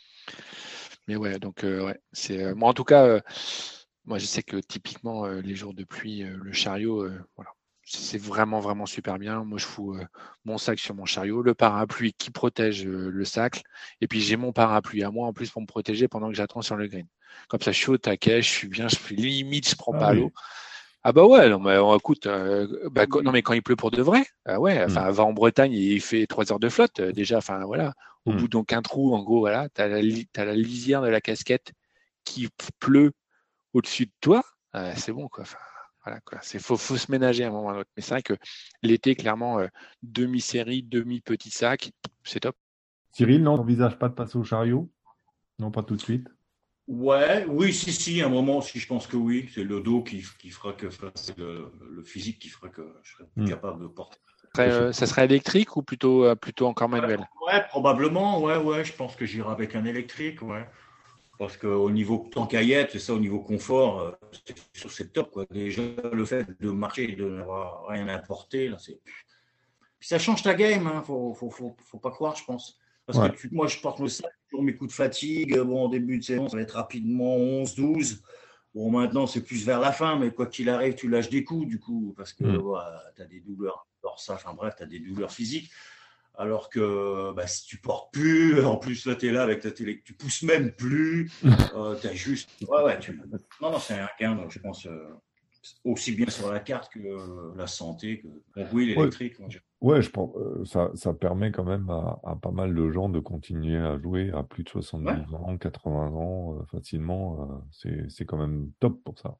Speaker 4: Mais ouais, donc ouais, c'est moi en tout cas, moi je sais que typiquement les jours de pluie, le chariot, voilà, c'est vraiment vraiment super bien. Moi je fous mon sac sur mon chariot, le parapluie qui protège le sac, et puis j'ai mon parapluie à moi en plus pour me protéger pendant que j'attends sur le green. Comme ça, je suis au taquet, je suis bien, je suis limite, je prends pas l'eau. Ah bah ouais, non mais écoute, non mais quand il pleut pour de vrai, ouais, enfin va en Bretagne, il fait 3 heures de flotte déjà, enfin voilà, au bout d'un trou, en gros, voilà, t'as la lisière de la casquette qui pleut au-dessus de toi, c'est bon quoi. Enfin, voilà quoi, faut se ménager à un moment ou à un autre. Mais c'est vrai que l'été, clairement, demi-série, demi-petit sac, c'est top.
Speaker 1: Cyril, non, n'envisage pas de passer au chariot? Non, pas tout de suite.
Speaker 2: Oui, si, à un moment, si je pense que oui, c'est le dos qui fera que, c'est le physique qui fera que je serai plus capable de porter.
Speaker 4: Ça serait électrique ou plutôt encore manuel?
Speaker 2: Ouais, probablement, ouais, je pense que j'irai avec un électrique, ouais. Parce qu'au niveau tant qu'à y être, c'est ça, au niveau confort, c'est top, quoi. Déjà, le fait de marcher et de n'avoir rien à porter, là, c'est. Puis ça change ta game, hein, faut pas croire, je pense. Parce que moi, je porte le sac, toujours mes coups de fatigue. Bon, en début de saison, ça va être rapidement 11-12. Bon, maintenant, c'est plus vers la fin, mais quoi qu'il arrive, tu lâches des coups, du coup, parce que tu as des douleurs dorsales, enfin bref, tu as des douleurs physiques. Alors que si tu portes plus, en plus, là, tu es là avec ta télé, tu pousses même plus, tu as juste. Ouais, non, c'est un gain, donc je pense, aussi bien sur la carte que la santé, que oui, l'électrique.
Speaker 1: Ouais, je pense ça permet quand même à pas mal de gens de continuer à jouer à plus de 70 ans, 80 ans facilement. C'est quand même top pour ça.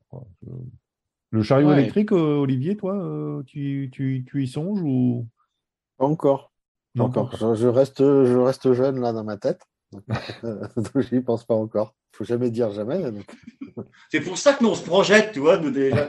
Speaker 1: Le chariot électrique, Olivier, toi, tu y songes ou
Speaker 3: pas encore?
Speaker 1: Non,
Speaker 3: encore. Je reste jeune là dans ma tête. Donc j'y pense pas encore. Faut jamais dire jamais. Donc.
Speaker 2: C'est pour ça que nous on se projette, tu vois, nous déjà,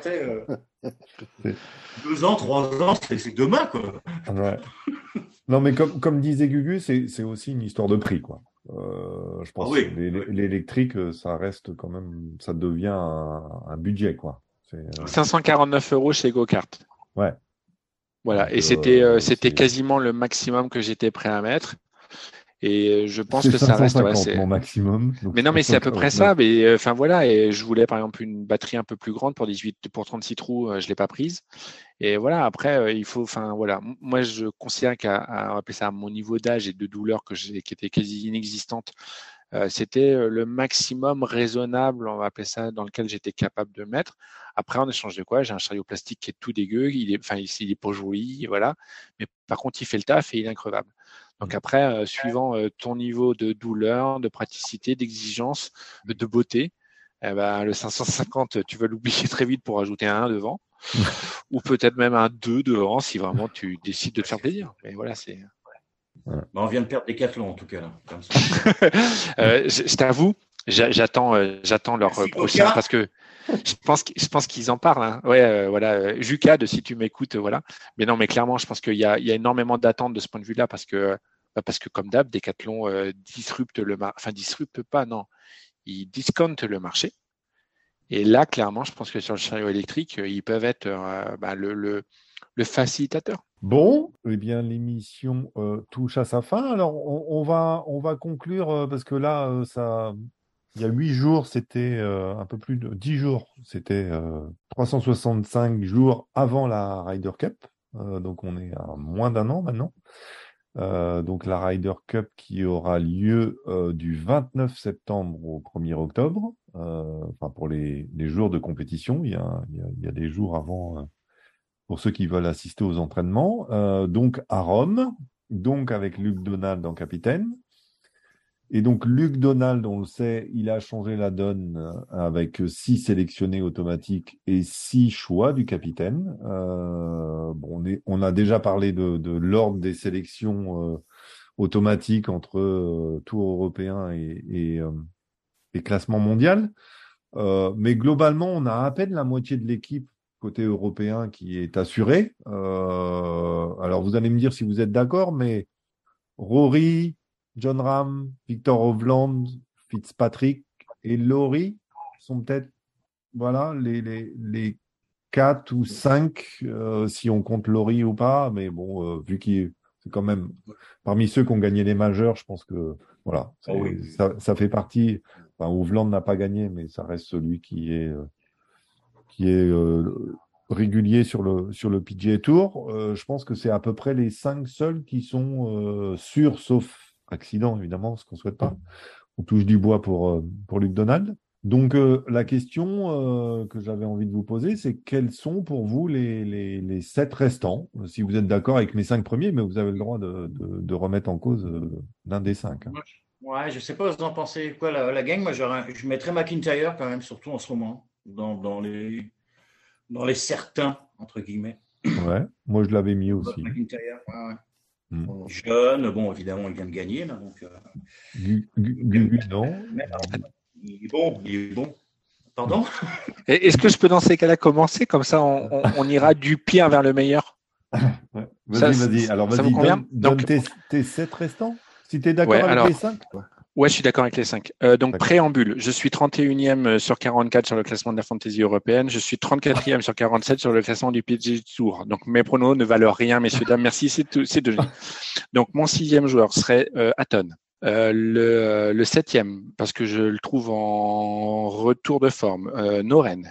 Speaker 2: 2 ans, 3 ans, c'est demain, quoi.
Speaker 1: Ouais. Non, mais comme disait Gugu, c'est aussi une histoire de prix, quoi. Je pense que l'électrique, ça reste quand même, ça devient un budget, quoi.
Speaker 4: 549 € chez GoKart.
Speaker 1: Ouais.
Speaker 4: Voilà, et c'était quasiment le maximum que j'étais prêt à mettre. Et je pense que ça reste
Speaker 1: mon maximum.
Speaker 4: Mais non, mais c'est à peu près ça. Mais enfin voilà, et je voulais par exemple une batterie un peu plus grande pour 36 trous, je l'ai pas prise. Et voilà, après il faut, enfin voilà, moi je considère qu'à appeler ça à mon niveau d'âge et de douleur qui était quasi inexistante, c'était le maximum raisonnable, on va appeler ça, dans lequel j'étais capable de mettre. Après, en échange de quoi, j'ai un chariot plastique qui est tout dégueu, il est pas joli, voilà. Mais par contre, il fait le taf et il est increvable. Donc après, suivant ton niveau de douleur, de praticité, d'exigence, de beauté, le 550, tu vas l'oublier très vite pour ajouter un 1 devant, ou peut-être même un 2 devant si vraiment tu décides de te faire plaisir. Mais voilà, c'est.
Speaker 2: On vient de perdre Decathlon en tout cas là. Comme ça.
Speaker 4: Je t'avoue, J'attends leur
Speaker 2: Merci,
Speaker 4: prochain
Speaker 2: Coca.
Speaker 4: parce que je pense qu'ils en parlent. Hein. Ouais, voilà. Jucad, si tu m'écoutes, voilà. Mais non, mais clairement, je pense qu'il y a énormément d'attentes de ce point de vue-là parce que comme d'hab, Decathlon disrupte le marché. Enfin, disrupte pas, non. Ils discountent le marché. Et là, clairement, je pense que sur le chariot électrique, ils peuvent être le facilitateur.
Speaker 1: Bon, eh bien, l'émission touche à sa fin. Alors, on va conclure parce que là, il y a 8 jours, c'était un peu plus de 10 jours. C'était 365 jours avant la Ryder Cup. Donc, on est à moins d'un an maintenant. Donc, la Ryder Cup qui aura lieu du 29 septembre au 1er octobre. Enfin, pour les jours de compétition, il y a des jours avant. Pour ceux qui veulent assister aux entraînements, donc à Rome, donc avec Luke Donald en capitaine. Et donc Luke Donald, on le sait, il a changé la donne avec 6 sélectionnés automatiques et 6 choix du capitaine. On a déjà parlé de l'ordre des sélections automatiques entre Tour européen et classement mondial. Mais globalement, on a à peine la moitié de l'équipe côté européen qui est assurée. Alors, vous allez me dire si vous êtes d'accord, mais Rory, John Ram, Victor Hovland, Fitzpatrick et Laurie sont peut-être voilà, les 4 ou 5, si on compte Laurie ou pas. Mais bon, vu qu'il c'est quand même parmi ceux qui ont gagné les majeurs, je pense que voilà,
Speaker 2: Oh oui.
Speaker 1: ça fait partie. Enfin, Hovland n'a pas gagné, mais ça reste celui qui est régulier sur le PGA Tour. Je pense que c'est à peu près les 5 seuls qui sont sûrs, sauf accident, évidemment, ce qu'on ne souhaite pas. On touche du bois pour Luke Donald. Donc, la question que j'avais envie de vous poser, c'est quels sont pour vous les 7 restants? Si vous êtes d'accord avec mes 5 premiers, mais vous avez le droit de remettre en cause l'un des 5. Hein.
Speaker 2: Ouais, je sais pas, vous en pensez quoi, la gang? Moi, je mettrais McIntyre quand même, surtout en ce moment, dans les certains, entre guillemets.
Speaker 1: Ouais, moi je l'avais mis aussi.
Speaker 2: McIntyre, ouais, ouais.
Speaker 1: Mm.
Speaker 2: Jeune, bon, évidemment, il vient de gagner, là, donc.
Speaker 1: Gugu, non.
Speaker 2: Mais, il est bon, il est bon. Pardon?
Speaker 4: Est-ce que je peux dans ces cas-là commencer? Comme ça, on ira du pire vers le meilleur.
Speaker 1: Ouais.
Speaker 4: Ça,
Speaker 1: Vas-y. Alors,
Speaker 4: ça vous
Speaker 1: vas-y,
Speaker 4: convient?
Speaker 1: donne
Speaker 4: Donc,
Speaker 1: tes 7 restants. Si tu es d'accord
Speaker 4: ouais,
Speaker 1: avec
Speaker 4: alors,
Speaker 1: les 5.
Speaker 4: ouais, je suis d'accord avec les 5. Donc,
Speaker 1: D'accord.
Speaker 4: préambule, je suis 31e sur 44 sur le classement de la Fantasy européenne. Je suis 34e sur 47 sur le classement du PGA Tour. Donc, mes pronos ne valent rien, messieurs, dames. Merci, c'est devenu. Donc, mon 6e joueur serait Hatton. Le 7e, parce que je le trouve en retour de forme, Noren.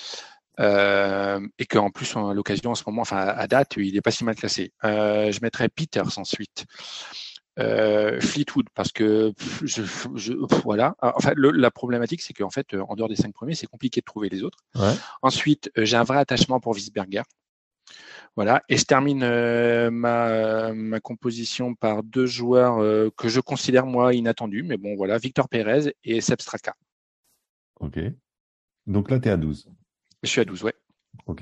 Speaker 4: Et qu'en plus, à l'occasion, en ce moment, enfin, à date, il n'est pas si mal classé. Je mettrais Peters ensuite. Fleetwood, parce que voilà. Enfin, la problématique, c'est qu'en fait, en dehors des 5 premiers, c'est compliqué de trouver les autres.
Speaker 1: Ouais.
Speaker 4: Ensuite, j'ai un vrai attachement pour Wiesberger. Voilà. Et je termine ma composition par 2 joueurs que je considère, moi, inattendus. Mais bon, voilà, Victor Pérez et Sepp Straka.
Speaker 1: Ok. Donc là, tu es à 12.
Speaker 4: Je suis à 12, ouais.
Speaker 1: Ok.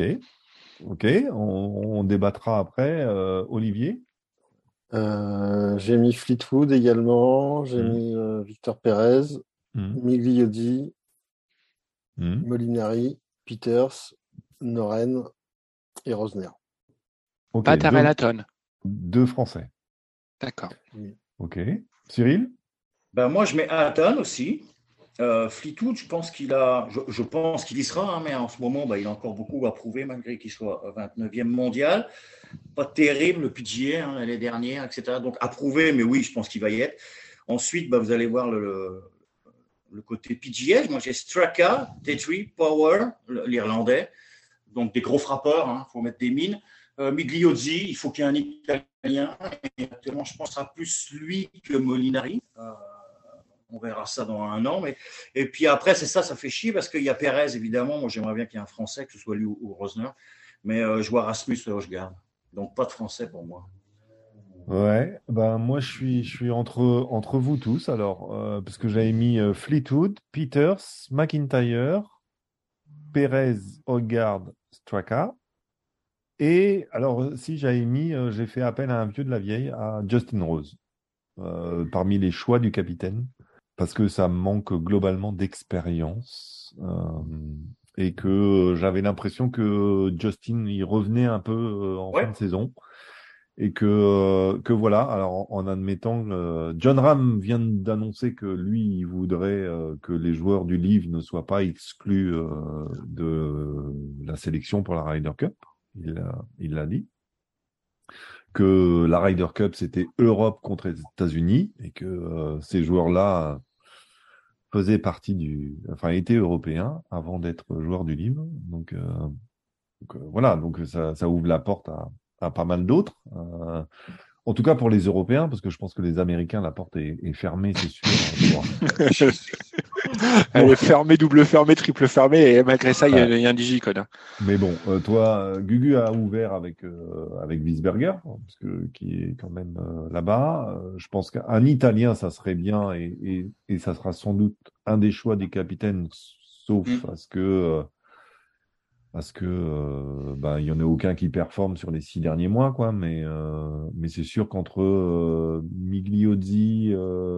Speaker 1: On débattra après. Olivier?
Speaker 3: J'ai mis Fleetwood également, j'ai mis Victor Pérez, Migliozzi, Molinari, Peters, Noren et Rosner.
Speaker 1: Ok.
Speaker 4: Pas Tyrrell Hatton.
Speaker 1: 2 Français.
Speaker 4: D'accord.
Speaker 1: Ok. Cyril?
Speaker 2: Ben, moi, je mets Hatton aussi. Fleetwood, je pense qu'il y sera, hein, mais en ce moment, il a encore beaucoup à prouver, malgré qu'il soit 29e mondial. Pas terrible, le PGA l'année dernière, etc. Donc, à prouver, mais oui, je pense qu'il va y être. Ensuite, vous allez voir le côté PGA. Moi, j'ai Straka, Tetri, Power, l'Irlandais. Donc, des gros frappeurs, faut mettre des mines. Migliozzi, il faut qu'il y ait un Italien. Et actuellement, je pense que ce sera plus lui que Molinari. On verra ça dans un an. Et puis après, c'est ça fait chier parce qu'il y a Pérez, évidemment. Moi, j'aimerais bien qu'il y ait un Français, que ce soit lui ou Rosner. Mais je vois Rasmus, je garde. Donc, pas de Français pour moi.
Speaker 1: Ouais, moi je suis entre vous tous alors, parce que j'avais mis Fleetwood, Peters, McIntyre, Perez, Højgaard, Straka. Et alors, si j'avais mis, j'ai fait appel à un vieux de la vieille, à Justin Rose, parmi les choix du capitaine. parce que ça manque globalement d'expérience. Et que j'avais l'impression que Justin il revenait un peu en fin
Speaker 2: Ouais.
Speaker 1: de saison. Et que voilà, alors en admettant, John Ram vient d'annoncer que lui, il voudrait que les joueurs du livre ne soient pas exclus de la sélection pour la Ryder Cup. Il l'a dit. Que la Ryder Cup, c'était Europe contre les États-Unis et que ces joueurs-là faisaient partie enfin, étaient européens avant d'être joueurs du livre. Donc voilà, donc ça ouvre la porte à pas mal d'autres. En tout cas pour les Européens, parce que je pense que les Américains, la porte est fermée, c'est sûr.
Speaker 4: Elle est fermée, double fermée, triple fermée, et malgré ça, il y a un digicode. Hein.
Speaker 1: Mais bon, toi, Gugu a ouvert avec Wiesberger, parce que, qui est quand même là-bas. Je pense qu'un Italien, ça serait bien, et ça sera sans doute un des choix des capitaines, sauf parce que il y en a aucun qui performe sur les 6 derniers mois, quoi. Mais c'est sûr qu'entre Migliozzi,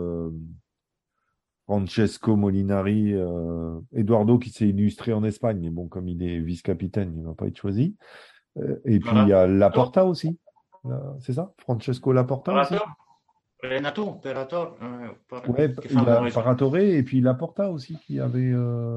Speaker 1: Francesco Molinari, Eduardo qui s'est illustré en Espagne, mais bon, comme il est vice-capitaine, il ne va pas être choisi. Et puis il y a Laporta aussi, c'est ça, Francesco Laporta aussi.
Speaker 2: Renato, Perator.
Speaker 1: Ouais, il y a Paratore et puis Laporta aussi qui avait.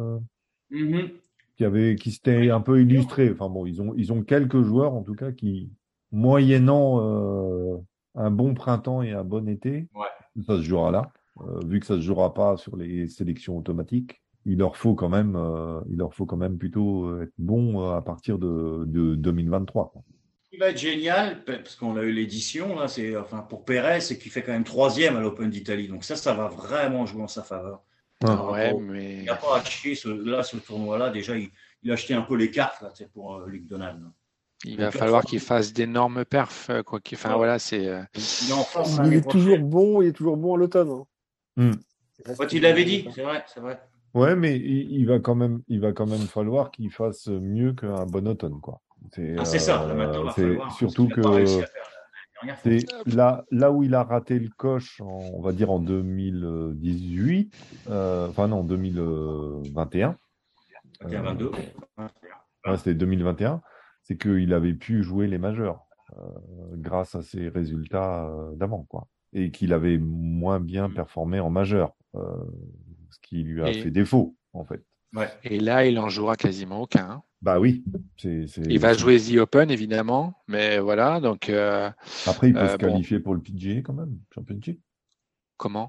Speaker 1: Qui s'était un peu illustré. Enfin bon, ils ont quelques joueurs en tout cas qui, moyennant un bon printemps et un bon été, ça se jouera là. Vu que ça se jouera pas sur les sélections automatiques, il leur faut quand même plutôt être bon à partir de 2023. Quoi.
Speaker 2: Ce qui va être génial, parce qu'on a eu l'édition là, c'est pour Pérez, c'est qu'il fait quand même 3e à l'Open d'Italie. Donc ça va vraiment jouer en sa faveur.
Speaker 4: Mais
Speaker 2: il n'a pas acheté ce tournoi-là. Déjà, il a acheté un peu les cartes là, pour Luke Donald.
Speaker 4: Il va falloir qu'il fasse d'énormes perfs, quoi. Voilà, c'est.
Speaker 3: Il est toujours bon à l'automne.
Speaker 2: Hein. Tu l'avais dit, c'est vrai.
Speaker 1: Ouais, mais il va quand même falloir qu'il fasse mieux qu'un bon automne, quoi.
Speaker 2: C'est ça. Là, maintenant, il va falloir.
Speaker 1: Surtout que c'est là où il a raté le coche, on va dire en 2018, en 2021.
Speaker 2: 2022.
Speaker 1: C'était 2021. C'est qu'il avait pu jouer les majeurs grâce à ses résultats d'avant, quoi. Et qu'il avait moins bien performé en majeur, ce qui lui a fait défaut, en fait.
Speaker 2: Ouais.
Speaker 4: Et là, il en jouera quasiment aucun. Hein.
Speaker 1: Bah oui.
Speaker 4: Il va jouer The Open, évidemment, mais voilà, donc...
Speaker 1: Après, il peut se qualifier pour le PGA quand même, Championship.
Speaker 4: Comment ?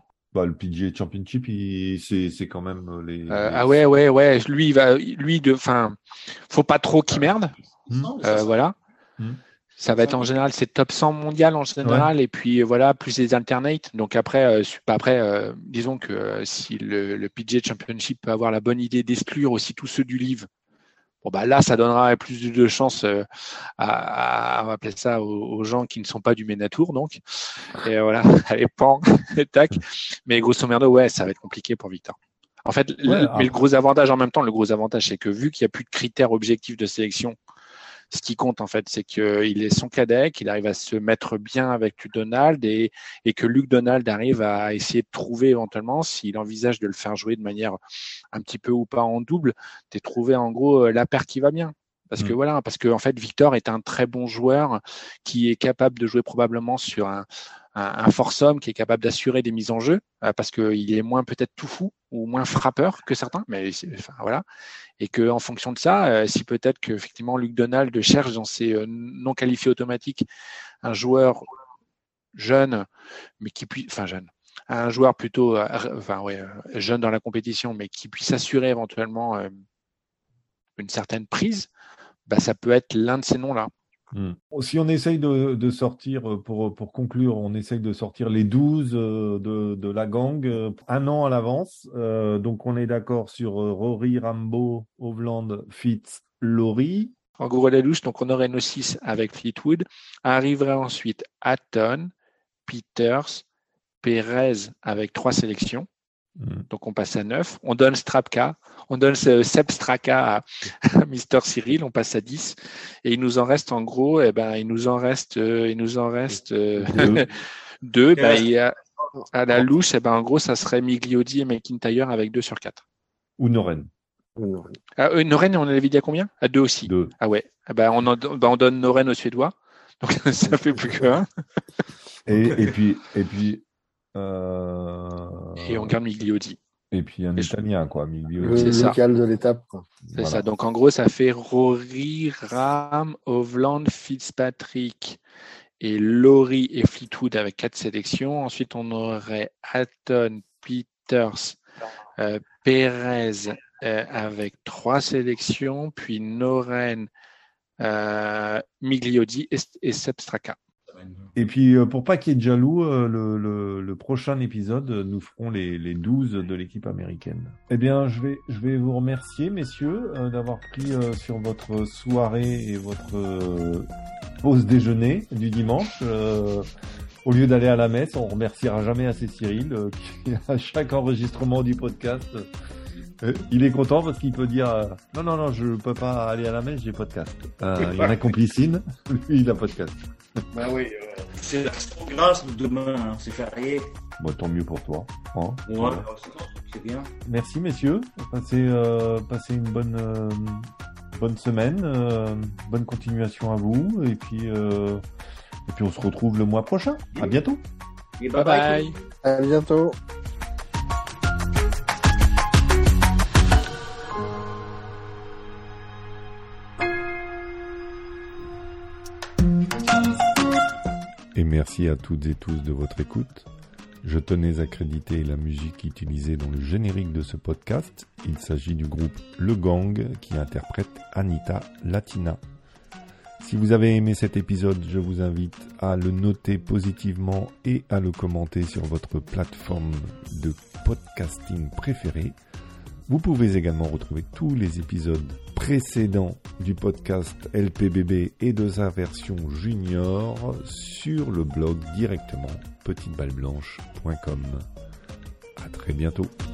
Speaker 1: Le PGA Championship, c'est quand même les...
Speaker 4: ouais. Faut pas trop qu'il merde. Voilà. Ça va être en général, c'est top 100 mondial en général, et puis voilà, plus les alternates. Donc après, disons que si le PGA Championship peut avoir la bonne idée d'exclure aussi tous ceux du livre, là, ça donnera plus de chance on va appeler ça aux gens qui ne sont pas du Ménatour, donc. Et voilà, allez, pan, tac. Mais grosso merdo, ça va être compliqué pour Victor. En fait, mais le gros avantage en même temps, c'est que vu qu'il n'y a plus de critères objectifs de sélection, ce qui compte, en fait, c'est qu'il est son cadet, qu'il arrive à se mettre bien avec Luke Donald et que Luke Donald arrive à essayer de trouver éventuellement, s'il envisage de le faire jouer de manière un petit peu ou pas en double, de trouver en gros la paire qui va bien. Parce que en fait, Victor est un très bon joueur qui est capable de jouer probablement sur un foursome, qui est capable d'assurer des mises en jeu, parce qu'il est moins peut-être tout fou ou moins frappeur que certains, mais voilà. Et que en fonction de ça, si peut-être que effectivement Luke Donald cherche dans ses non qualifiés automatiques un joueur jeune, mais qui puisse, un joueur plutôt, jeune dans la compétition, mais qui puisse assurer éventuellement une certaine prise, ça peut être l'un de ces noms-là.
Speaker 1: Si on essaye de sortir, pour conclure, on essaye de sortir les 12 de la gang un an à l'avance. Donc on est d'accord sur Rory, Rambo, Hovland, Fitz, Laurie.
Speaker 4: En gros, la louche, donc on aurait nos 6 avec Fleetwood. Arriverait ensuite Hatton, Peters, Perez avec 3 sélections. Donc on passe à 9. On donne Strapka, on donne Seb Straka à Mister Cyril, on passe à 10. Et il nous en reste en gros, il nous en reste 2. Il y a À la louche, en gros, ça serait Migliodi et McIntyre avec 2 sur 4.
Speaker 1: Ou Noren.
Speaker 4: Noren, on avait dit à combien? À 2 aussi.
Speaker 1: 2.
Speaker 4: Ah ouais. On donne Noren aux Suédois. Donc ça fait plus que 1.
Speaker 1: Et puis.
Speaker 4: Et on garde Migliodi.
Speaker 1: Et puis un Italien, quoi.
Speaker 3: Le local de l'étape, quoi.
Speaker 4: C'est ça. Donc en gros, ça fait Rory, Ram, Hovland, Fitzpatrick et Laurie et Fleetwood avec 4 sélections. Ensuite, on aurait Hatton, Peters, Perez avec 3 sélections, puis Noren, Migliodi et Sepp Straka.
Speaker 1: Et puis, pour pas qu'il y ait de jaloux, le prochain épisode, nous ferons les 12 de l'équipe américaine. Eh bien, je vais vous remercier, messieurs, d'avoir pris sur votre soirée et votre pause déjeuner du dimanche. Au lieu d'aller à la messe, on remerciera jamais assez Cyril, qui, à chaque enregistrement du podcast, il est content parce qu'il peut dire non, je peux pas aller à la messe, j'ai podcast. Il y en a complicine, lui, il a podcast.
Speaker 2: Bah oui, c'est la grâce demain, hein, c'est férié.
Speaker 1: Bon, tant mieux pour toi. Hein,
Speaker 2: ouais,
Speaker 1: voilà.
Speaker 2: C'est bien.
Speaker 1: Merci messieurs, passez une bonne semaine, bonne continuation à vous, et puis on se retrouve le mois prochain. À bientôt.
Speaker 2: Et
Speaker 4: bye bye.
Speaker 3: À bientôt.
Speaker 1: Et merci à toutes et tous de votre écoute. Je tenais à créditer la musique utilisée dans le générique de ce podcast. Il s'agit du groupe Le Gang qui interprète Anita Latina. Si vous avez aimé cet épisode, je vous invite à le noter positivement et à le commenter sur votre plateforme de podcasting préférée. Vous pouvez également retrouver tous les épisodes précédents du podcast LPBB et de sa version junior sur le blog directement petiteballeblanche.com. À très bientôt.